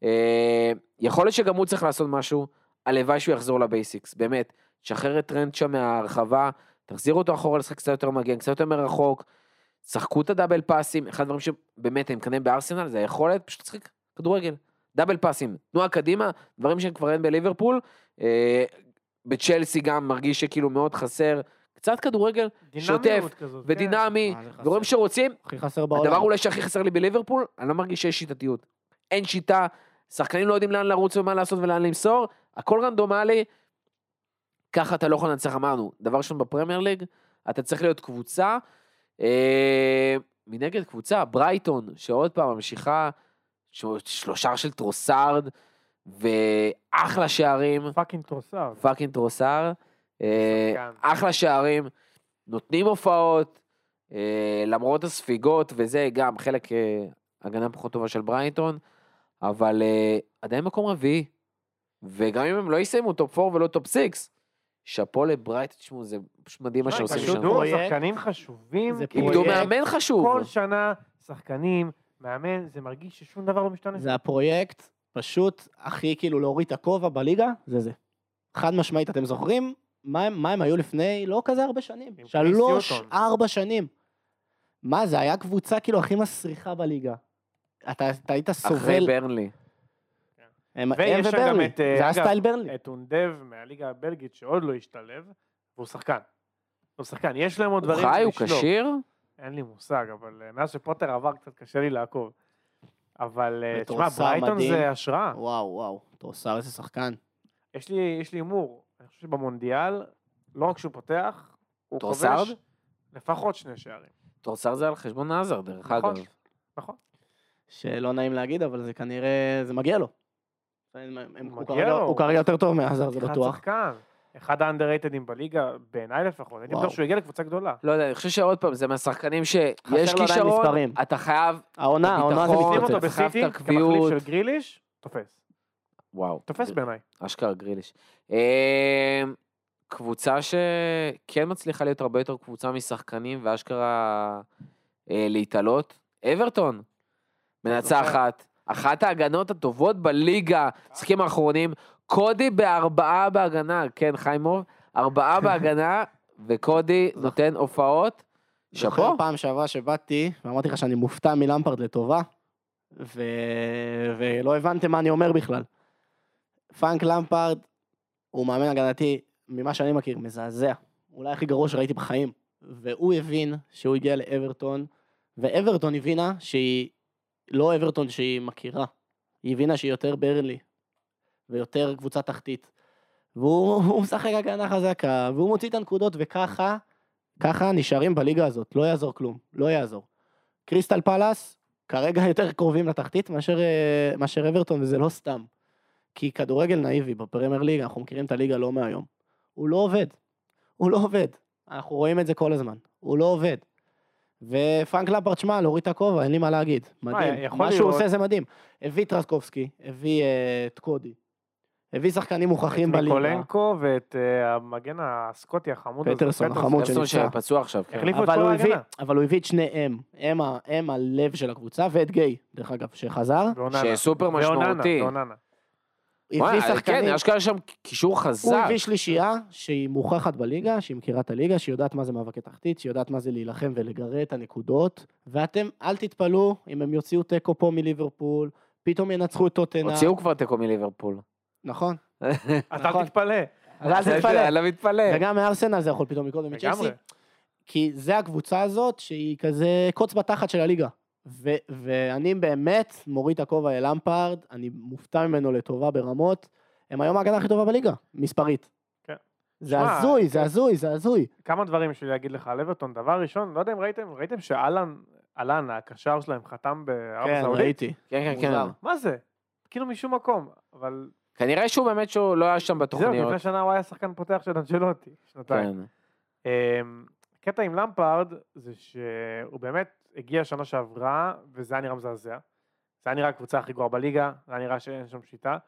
יכול להיות שגם הוא צריך לעשות משהו, הלוואי שהוא יחזור לבייסיקס, באמת. שחרר את טרנט שם מהרחבה, תחזיר אותו אחורה לשחק קצת יותר מגן, קצת יותר מרחוק, שחקו את הדאבל פאסים, אחד הדברים שבאמת הם קנים בארסנל, זה היכולת פשוט לשחק כדורגל, דאבל פאסים, תנועה קדימה, דברים שכבר אין בליברפול, אה, בצ'לסי גם מרגיש שכאילו מאוד חסר, קצת כדורגל שוטף כזאת, ודינמי, כן. דברים שרוצים, הכי חסר בעולם. הדבר אולי שהכי חסר לי בליברפול, אני לא מרגיש שיש שיטתיות, אין שיטה, שחקנים לא יודעים לאן לרוץ ומה לעשות ולאן למסור, הכל רנדומלי, ככה אתה לא יכול לנצח, אמרנו, דבר ראשון בפרמייר ליג, אתה צריך להיות קבוצה, אה, מנגד קבוצה, ברייטון, שעוד פעם ממשיכה, שלושה של טרוסארד, ואחלה שערים, פאקינג טרוסארד. פאקינג טרוסארד, אה, אחלה שערים, נותנים הופעות, אה, למרות הספיגות, וזה גם חלק אה, הגנה פחות טובה של ברייטון, אבל אה, עדיין מקום רביעי, וגם אם הם לא יסיימו טופ ארבע ולא טופ שש, שפו לברייטון, תשמעו, זה פשוט מדהים מה שעושים שם. פשוט שחקנים חשובים, איבדו מאמן חשוב. כל שנה שחקנים, מאמן, זה מרגיש ששום דבר לא משתנה. זה הפרויקט פשוט הכי כאילו להוריד את הכובע בליגה, זה זה. חד משמעית, אתם זוכרים מה הם, מה הם היו לפני לא כזה הרבה שנים? שלוש, ארבע שנים. מה זה, היה קבוצה כאילו הכי מסריחה בליגה. אתה, אתה היית סובל. אחרי ברנלי. הם, ויש הם גם וברלי. את, זה היה אגב, סטייל ברלי. את אונדב מהליגה הבלגית שעוד לא השתלב, והוא שחקן. הוא שחקן, יש להם עוד הוא דברים חי, הוא לשלוף. כשיר? אין לי מושג, אבל מאז שפוטר עבר קצת קשה לי לעקוב. אבל תשמע, וטרוסר ברייטון מדהים. זה השראה. וואו, וואו, טרוסר איזה שחקן. יש לי, יש לי הימור, אני חושב שבמונדיאל, לא רק שהוא פותח, הוא טרוסארד? כובש לפחות שני שערים. טרוסארד זה על חשבון נאזר, דרך נכון, אגב. נכון. שלא נעים להגיד, אבל זה כנראה, זה מגיע לו. הם- הם- הוא מגיע כרגע- לו. הוא כרגע יותר טוב מהזר, זה אחד בטוח. שחקן, אחד האנדררייטדים בליגה, בעיניי לפחות, הייתי וואו. בטוח שהוא יגיע לקבוצה גדולה. לא יודע, אני חושב שעוד פעם, זה מהשחקנים שיש לו עדיין כישרון, מספרים. אתה חייב, העונה, העונה זה ביטחון, שים אותו אתה חייב בסיטי, את הקביעות. כמחליף של גריליש, תופס. וואו. תופס בעיניי. אשכרה גריליש. אה, קבוצה שכן מצליחה להיות הרבה יותר קבוצה משחקנים, ואשכרה אה, להתעלות. אברטון, מנצחת, אחת ההגנות הטובות בליגה, שחקים האחרונים, קודי בארבעה בהגנה, כן חיימוב, ארבעה בהגנה, וקודי נותן הופעות, זוכר שפו. פעם שעברה שבאתי, ואמרתי לך שאני מופתע מלמפרד לטובה, ו... ולא הבנתם מה אני אומר בכלל. פרנק למפרד הוא מאמן הגנתי, ממה שאני מכיר, מזעזע. אולי הכי גרוע שראיתי בחיים. והוא הבין שהוא הגיע לאברטון, ואברטון הבינה שהיא לא אברטון שהיא מכירה. היא הבינה שהיא יותר ברלי, ויותר קבוצה תחתית. והוא הוא משחק הגנה חזקה, והוא מוציא את הנקודות, וככה, ככה נשארים בליגה הזאת. לא יעזור כלום, לא יעזור. קריסטל פלאס, כרגע יותר קרובים לתחתית מאשר, מאשר אברטון, וזה לא סתם. כי כדורגל נאיבי בפרמייר ליג, אנחנו מכירים את הליגה לא מהיום. הוא לא עובד. הוא לא עובד. אנחנו רואים את זה כל הזמן. הוא לא עובד. ופרנק למפרד, שמע, להוריד את הכובע, אין לי מה להגיד. מדהים. יכול מה שהוא להיות- עושה זה מדהים. הביא טרסקובסקי, הביא uh, את קודי. הביא שחקנים מוכחים את בליגה. מיקולנקו ואת אה, המגן הסקוטי החמוד הזה. פטרסון, החמוד פטרסון שנפצע. שפצוע עכשיו. כן. החליפו את אבל כל הוא הביא, ההגנה. אבל הוא הביא את שניהם, הם, ה- הם הלב של הקבוצה, ואת גיי, דרך אגב, שחזר. ואוננה. שסופר ואוננה, משמעותי. ואוננה. הביא וואי, שחקנים, כן, יש כאלה שם קישור חזק. הוא הביא שלישייה שהיא מוכחת בליגה, שהיא מכירה את הליגה, שהיא יודעת מה זה מאבקי תחתית, שהיא יודעת מה זה להילחם ולגרד את הנקודות, ואתם אל תתפלאו אם הם יוציאו תיקו פה מליברפול, פתאום ינצחו את טוטנהאם. הוציאו כבר תיקו מליברפול. נכון. אז נכון. אל תתפלא. אז אל תתפלא. אני לא מתפלא. וגם מארסנל זה יכול פתאום לקודם מצ'לסי. לגמרי. כי זה הקבוצה הזאת שהיא כזה קוץ בתחת של הליגה. ו- ואני באמת מוריד את הכובע אל למפארד, אני מופתע ממנו לטובה ברמות, הם היום ההגנה הכי טובה בליגה, מספרית. כן. זה שמע, הזוי, זה הזוי, זה הזוי. כמה דברים בשביל להגיד לך על אברטון. דבר ראשון, לא יודע אם ראיתם, ראיתם שאלן, אלן, הקשר שלהם, חתם בערב כן, הסעודית? ראיתי. כן, כן, כן. מוזר. מה זה? כאילו משום מקום, אבל כנראה שהוא באמת שהוא לא היה שם זהו, בתוכניות. לפני שנה הוא היה שחקן פותח של אנג'לוטי, שנתיים. כן. אמ, קטע עם למפארד זה שהוא באמת הגיע שנה שעברה, וזה היה נראה מזעזע. זה היה נראה הקבוצה הכי גרועה בליגה, זה היה נראה שאין שם שיטה,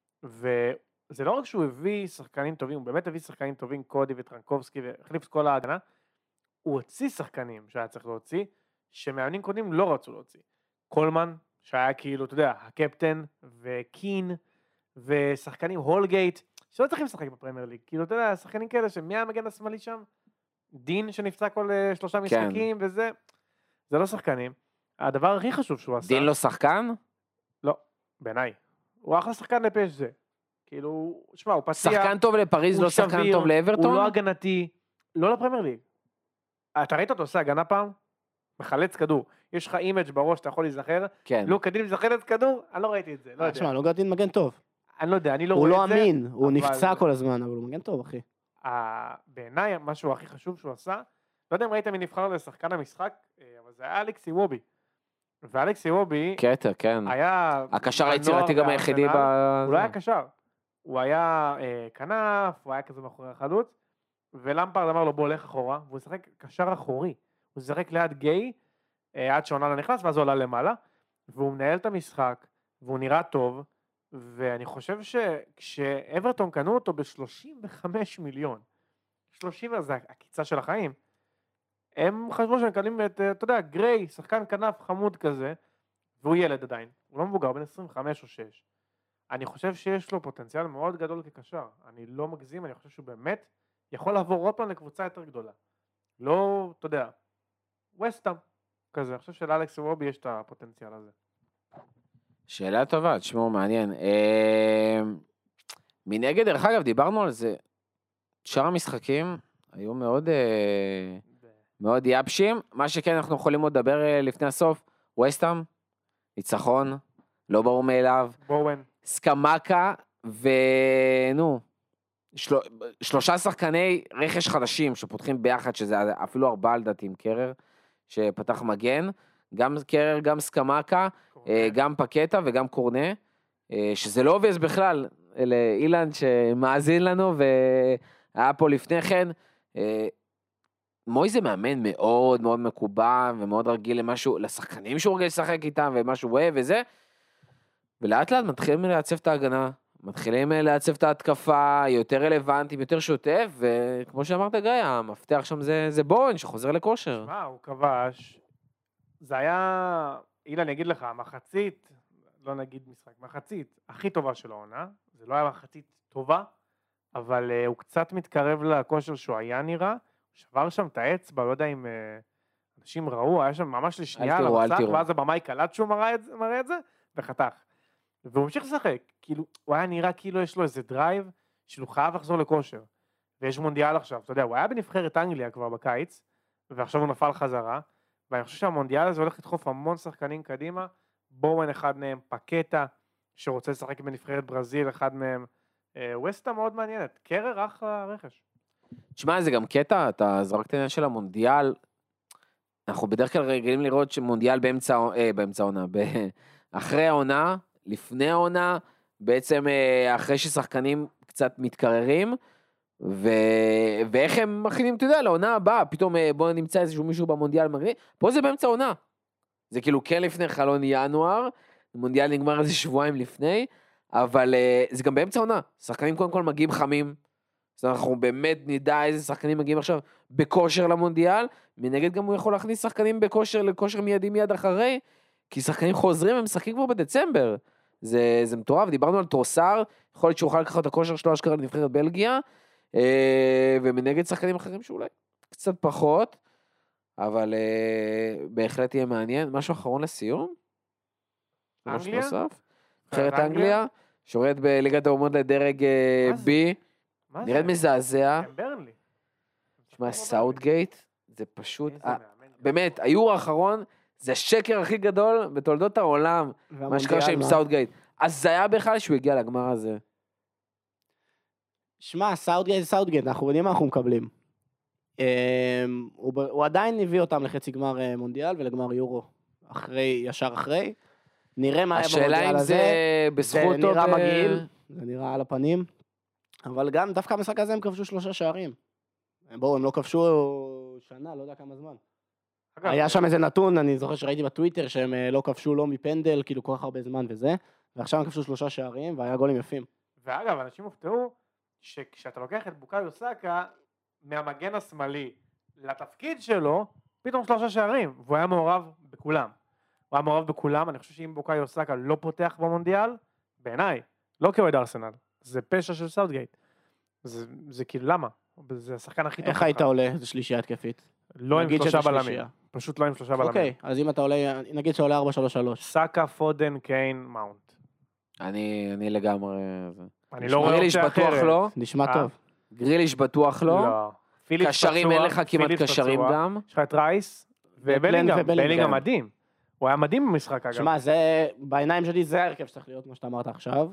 וזה לא רק שהוא הביא שחקנים טובים, הוא באמת הביא שחקנים טובים, קודי וטרנקובסקי, והחליף את כל ההגנה, הוא הוציא שחקנים שהיה צריך להוציא, שמאמנים קודמים לא רצו להוציא. קולמן, שהיה כאילו, אתה יודע, הקפטן, וקין, ושחקנים הולגייט, שלא צריכים לשחק בפרמייר ליג, כאילו, אתה יודע, שחקנים כאלה שמי המגן השמאלי שם? דין שנפצע כל uh, שלושה משחקים, וזה, זה לא שחקנים. הדבר הכי חשוב שהוא עשה... דין לא שחקן? לא, בעיניי. הוא אחלה שחקן לפי אס ג'י. כאילו, שמע, הוא פציע... שחקן טוב לפריז, הוא לא שחקן שביר, טוב לאברטון? הוא לא הגנתי, לא לפרמייר ליג. אתה ראית אותו עושה הגנה פעם? מחלץ כדור. יש לך אימג' בראש, אתה יכול להיזכר. כן. לא קדיל מחלץ כדור? אני לא ראיתי את זה, לא יודע. תשמע, לוגדין מגן טוב. אני לא יודע, אני לא הוא רואה לא את זה. אמין, הוא אבל- נפצע כל הזמן, אבל הוא מגן טוב, אחי. ה- בעיניי, משהו הכי חשוב שהוא עשה, לא יודע אם ראיתם מי נבחר לשחקן המשחק, אה, אבל זה היה אלכסי וובי. ואלכסי וובי קטע, כן. היה... הקשר בנוער היצירתי גם היחידי ב... בארסנל. הוא לא היה קשר. הוא היה אה, כנף, הוא היה כזה מאחורי החלוץ, ולמפרד אמר לו בוא הולך אחורה, והוא שחק קשר אחורי. הוא שחק ליד גיי, אה, עד שעונה נכנס, ואז הוא עלה למעלה, והוא מנהל את המשחק, והוא נראה טוב, ואני חושב שכשאברטון קנו אותו ב-שלושים וחמישה מיליון, שלושים, זה הקיצה של החיים, הם חשבו שהם קנים את, אתה יודע, גריי, שחקן כנף חמוד כזה, והוא ילד עדיין, הוא לא מבוגר, בין עשרים וחמש או שש. אני חושב שיש לו פוטנציאל מאוד גדול כקשר, אני לא מגזים, אני חושב שהוא באמת יכול לעבור עוד פעם לקבוצה יותר גדולה. לא, אתה יודע, ווסטהאם כזה, אני חושב שלאלכס וובי יש את הפוטנציאל הזה. שאלה טובה, תשמעו, מעניין. אה, מנגד, דרך אגב, דיברנו על זה, שאר המשחקים היו מאוד, אה, מאוד יבשים. מה שכן, אנחנו יכולים עוד לדבר אה, לפני הסוף, ווסטהאם, ניצחון, לא ברור מאליו, בואוין. סקמקה, ונו, של... שלושה שחקני רכש חדשים שפותחים ביחד, שזה אפילו ארבעה לדעתי עם קרר, שפתח מגן, גם קרר, גם סקמקה, גם פקטה וגם קורנה, שזה לא אובייס בכלל, לאילן שמאזין לנו, והיה פה לפני כן, מוי זה מאמן מאוד מאוד מקובע, ומאוד רגיל למשהו, לשחקנים שהוא רגיל לשחק איתם, ומשהו אוהב וזה, ולאט לאט מתחילים לעצב את ההגנה, מתחילים לעצב את ההתקפה, יותר רלוונטיים, יותר שוטף, וכמו שאמרת גיא, המפתח שם זה, זה בוין שחוזר לכושר. מה, הוא כבש, זה היה, אילן, אני אגיד לך, המחצית, לא נגיד משחק, מחצית הכי טובה של העונה, זה לא היה מחצית טובה, אבל uh, הוא קצת מתקרב לכושר שהוא היה נראה, הוא שבר שם את האצבע, לא יודע אם uh, אנשים ראו, היה שם ממש לשנייה על תראו, המסך, תראו. ואז הבמאי קלט שהוא מראה את, מראה את זה, וחתך. והוא המשיך לשחק, כאילו, הוא היה נראה כאילו יש לו איזה דרייב, שהוא חייב לחזור לכושר, ויש מונדיאל עכשיו, אתה יודע, הוא היה בנבחרת אנגליה כבר בקיץ, ועכשיו הוא נפל חזרה, ואני חושב שהמונדיאל הזה הולך לדחוף המון שחקנים קדימה, בואוין אחד מהם, פקטה, שרוצה לשחק בנבחרת ברזיל, אחד מהם, ווסטה מאוד מעניינת, קרר אחלה רכש. תשמע, זה גם קטע, אתה זרקת העניין של המונדיאל, אנחנו בדרך כלל רגילים לראות שמונדיאל באמצע, אה, באמצע העונה, אחרי העונה, לפני העונה, בעצם אחרי ששחקנים קצת מתקררים, ו... ואיך הם מכינים, אתה יודע, לעונה הבאה, פתאום בוא נמצא איזשהו מישהו במונדיאל מגריד, פה זה באמצע העונה, זה כאילו כן לפני חלון ינואר, המונדיאל נגמר איזה שבועיים לפני, אבל אה, זה גם באמצע עונה, שחקנים קודם כל מגיעים חמים, אז אנחנו באמת נדע איזה שחקנים מגיעים עכשיו בכושר למונדיאל, מנגד גם הוא יכול להכניס שחקנים בכושר לכושר מיידי מיד אחרי, כי שחקנים חוזרים הם משחקים כבר בדצמבר, זה, זה מטורף, דיברנו על טרוסר, יכול להיות שהוא יכול לקחת את הכושר שלו אשכרה לנבחרת בלגיה, אה, ומנגד שחקנים אחרים שאולי קצת פחות, אבל אה, בהחלט יהיה מעניין. משהו אחרון לסיום? אנגליה? נבחרת אנגליה, שורד בליגת האומות לדרג בי, נראית מזעזע. הם ברנלי. תשמע, סאוטגייט, זה פשוט, איזה מאמן. באמת, היורו האחרון, זה השקר הכי גדול בתולדות העולם, מה שקרה שם עם סאוטגייט. אז זה היה בכלל שהוא הגיע לגמר הזה. שמע, סאוטגייט זה סאוטגייט, אנחנו יודעים מה אנחנו מקבלים. הוא, הוא עדיין הביא אותם לחצי גמר מונדיאל ולגמר יורו, אחרי, ישר אחרי. נראה מה היה במונדיאל הזה. השאלה אם זה בזכות זה נראה או ב... מגעיל, זה נראה על הפנים. אבל גם דווקא המשחק הזה הם כבשו שלושה שערים. בואו, הם לא כבשו שנה, לא יודע כמה זמן. אגב, היה שם איזה נתון, אני זוכר שראיתי בטוויטר, שהם לא כבשו לא מפנדל, כאילו כל כך הרבה זמן וזה, ועכשיו הם כבשו שלושה שערים, והיה גולים יפים. ואגב, אנשים הופתעו שכשאתה לוקח את בוקאיו סאקה מהמגן השמאלי לתפקיד שלו, פתאום שלושה שערים, והוא היה מעורב בכולם. הוא היה מעורב בכולם, אני חושב שאם בוקאיו סאקה לא פותח במונדיאל, בעיניי, לא כאוהד ארסנל, זה פשע של סאוטגייט. זה, זה כאילו למה? זה השחקן הכי טוב. איך היית עולה? זה שלישייה התקפית. לא עם נגיד שלושה שזה בלמים. שלישייה. פשוט לא עם שלושה בלמים. אוקיי, אז אם אתה עולה, נגיד שעולה ארבע שלוש שלוש. סאקה, פודן, קיין, מאונט. אני, אני לגמרי... אני לא רואה גריליש אופציה בטוח אחרת. לא. נשמע אה? טוב. גריליש בטוח לא. לא. פיליפס קשרים פצוע, אין לך כמעט פיליפס קשרים פצוע. גם. יש לך את רייס ובלינגהם. ובלינגהם. ובלינגהם. בלינגהם מדהים. הוא היה מדהים במשחק אגב. שמע, זה, בעיניים שלי זה ההרכב שצריך להיות, מה שאתה אמרת עכשיו.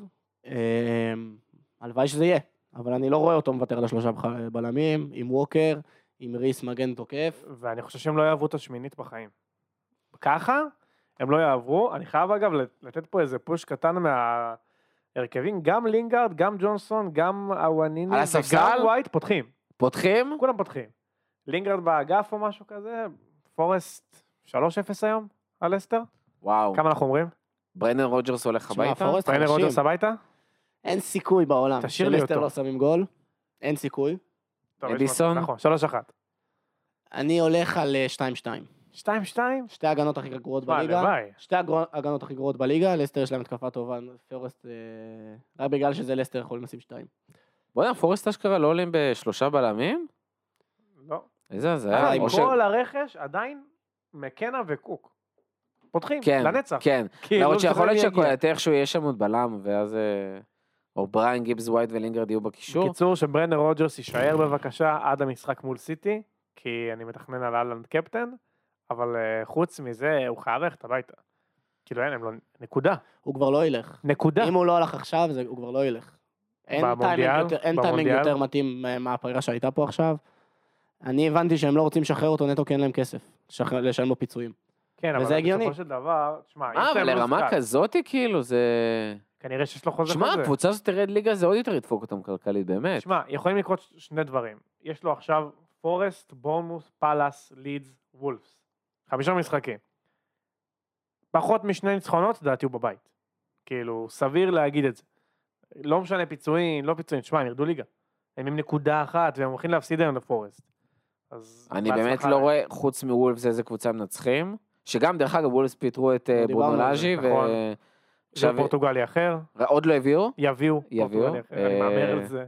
הלוואי שזה יהיה. אבל אני לא רואה אותו מוותר לשלושה בלמים, עם ווקר, עם ריס מגן תוקף. ואני חושב שהם לא יעברו את השמינית בחיים. ככה, הם לא יעברו. אני חייב אגב לתת פה איזה פוש קטן מההרכבים. גם לינגארד, גם ג'ונסון, גם אוואניני על הספסל? וגם ווייט פותחים. פותחים? כולם פותחים. לינגארד באגף או משהו כזה, פורסט שלוש אפס היום על אסטר. וואו. כמה אנחנו אומרים? ברנדן רוג'רס הולך שמע, הביתה? פורסט בריינר חדשים. רוג'רס הביתה? אין סיכוי בעולם. תשאיר לי שלסטר אותו. לא שמים גול. אין סיכוי. טוב, יש אדיסון? מצב, נכון, שלוש אחת. אני הולך על שתיים שתיים. שתיים שתיים? שתי הגנות הכי גרועות מה, בליגה. הלוואי. שתי הגנות הכי גרועות בליגה, לסטר יש להם התקפה טובה, פורסט, אה, רק בגלל שזה לסטר יכולים לשים שתיים. בוא'נה, פורסט אשכרה לא עולים בשלושה בלמים? לא. איזה אבל הזיה. עם או ש- כל הרכש עדיין מקנה וקוק. פותחים, כן, לנצח. כן. כאילו, למרות זה שיכול להיות מי יגיע. שקולט איכשהו יש שם עוד בלם, ואז... אה, או בריין, גיבס, ווייט ולינגרד יהיו בקישור. בקיצור, שברנר רוג'רס יישאר בבקשה עד המשחק מול סיטי, כי אני מתכנן על אלנד קפטן, אבל uh, חוץ מזה הוא חייב ללכת הביתה. כאילו אין, הם לא... נקודה. הוא כבר לא ילך. נקודה. אם הוא לא הלך עכשיו, זה- הוא כבר לא ילך. אין במונדיאל? טיימינג יותר- אין טיימינג במונדיאל? יותר מתאים אה, מהפגרה שהייתה פה עכשיו. אני הבנתי שהם לא רוצים לשחרר אותו נטו כי אין להם כסף. לשחרר- לשלם לו פיצויים. כן, וזה אבל הגיוני. בסופו של דבר, תשמע, מה, אבל לרמה כזאת כאילו זה... כנראה שיש לו חוזה שמע, חוזה. הקבוצה הזאת תרד ליגה זה עוד יותר ידפוק אותם כלכלית, באמת. תשמע, יכולים לקרות ש- שני דברים. יש לו עכשיו פורסט, בורנמוס, פאלאס, לידס, וולפס. חמישה משחקים. פחות משני ניצחונות, דעתי הוא בבית. כאילו, סביר להגיד את זה. לא משנה פיצויים, לא פיצויים. תשמע, הם ירדו ליגה. הם עם נקודה אחת, והם הולכים להפסיד היום לפורסט. אז אני בהצלחה באמת לא להם. רואה, חוץ מוולפס איזה קבוצה מנצחים, שגם דרך אגב וולפס פיתרו את אה, דיברנו על ברונולאז'י, זה, נכון. זה ועכשיו פורטוגלי אחר, עוד לא הביאו. יביאו. יביאו, פורטוגלי אחר, אני אה, מאמר על זה.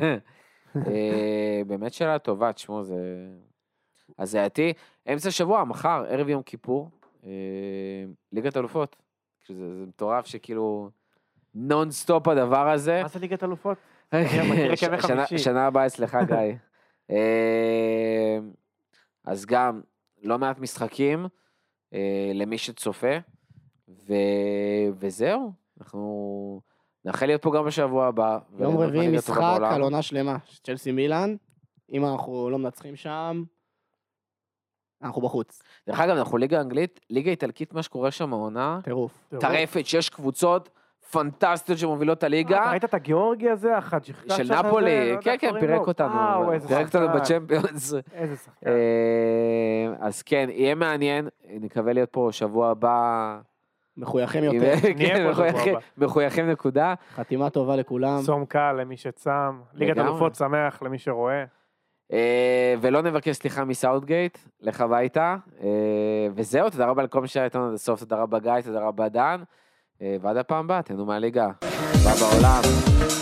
אה, באמת שאלה טובה, תשמעו, זה... אז זה עתי, אמצע שבוע, מחר, ערב יום כיפור, אה, ליגת אלופות. כאילו, זה זה מטורף שכאילו נון סטופ הדבר הזה. מה זה ליגת אלופות? מכיר ש- כמי שנה- חמישי. שנה הבאה אצלך גיא. אה, אז גם לא מעט משחקים אה, למי שצופה, ו- וזהו, אנחנו נאחל להיות פה גם בשבוע הבא. יום וליהנות רביעי מהליגה הטובה משחק בעולם. על עונה שלמה. צ'לסי מילאן. אם אנחנו לא מנצחים שם, אנחנו בחוץ. דרך אגב, אנחנו ליגה אנגלית, ליגה איטלקית, מה שקורה שם העונה, טירוף. טרפת, שיש קבוצות פנטסטיות שמובילות את הליגה, ראית את הגיאורגי הזה, החג'יחטה של נפולי, כן, כן, פירק אותנו, פירק אותנו בצ'מפיונס. איזה שחקן. אה, אז כן, יהיה מעניין, נקווה להיות פה שבוע הבא מחויכים יותר. כן, מחויכים נקודה. חתימה טובה לכולם. צום קל למי שצם, ליגת אלופות שמח למי שרואה. ולא נבקש סליחה מסאוטגייט, לך הביתה, וזהו, תודה רבה לכל מי שהיה איתנו עד הסוף, תודה רבה גיא, תודה רבה דן, ועד הפעם הבאה, תהנו מהליגה, תודה בעולם.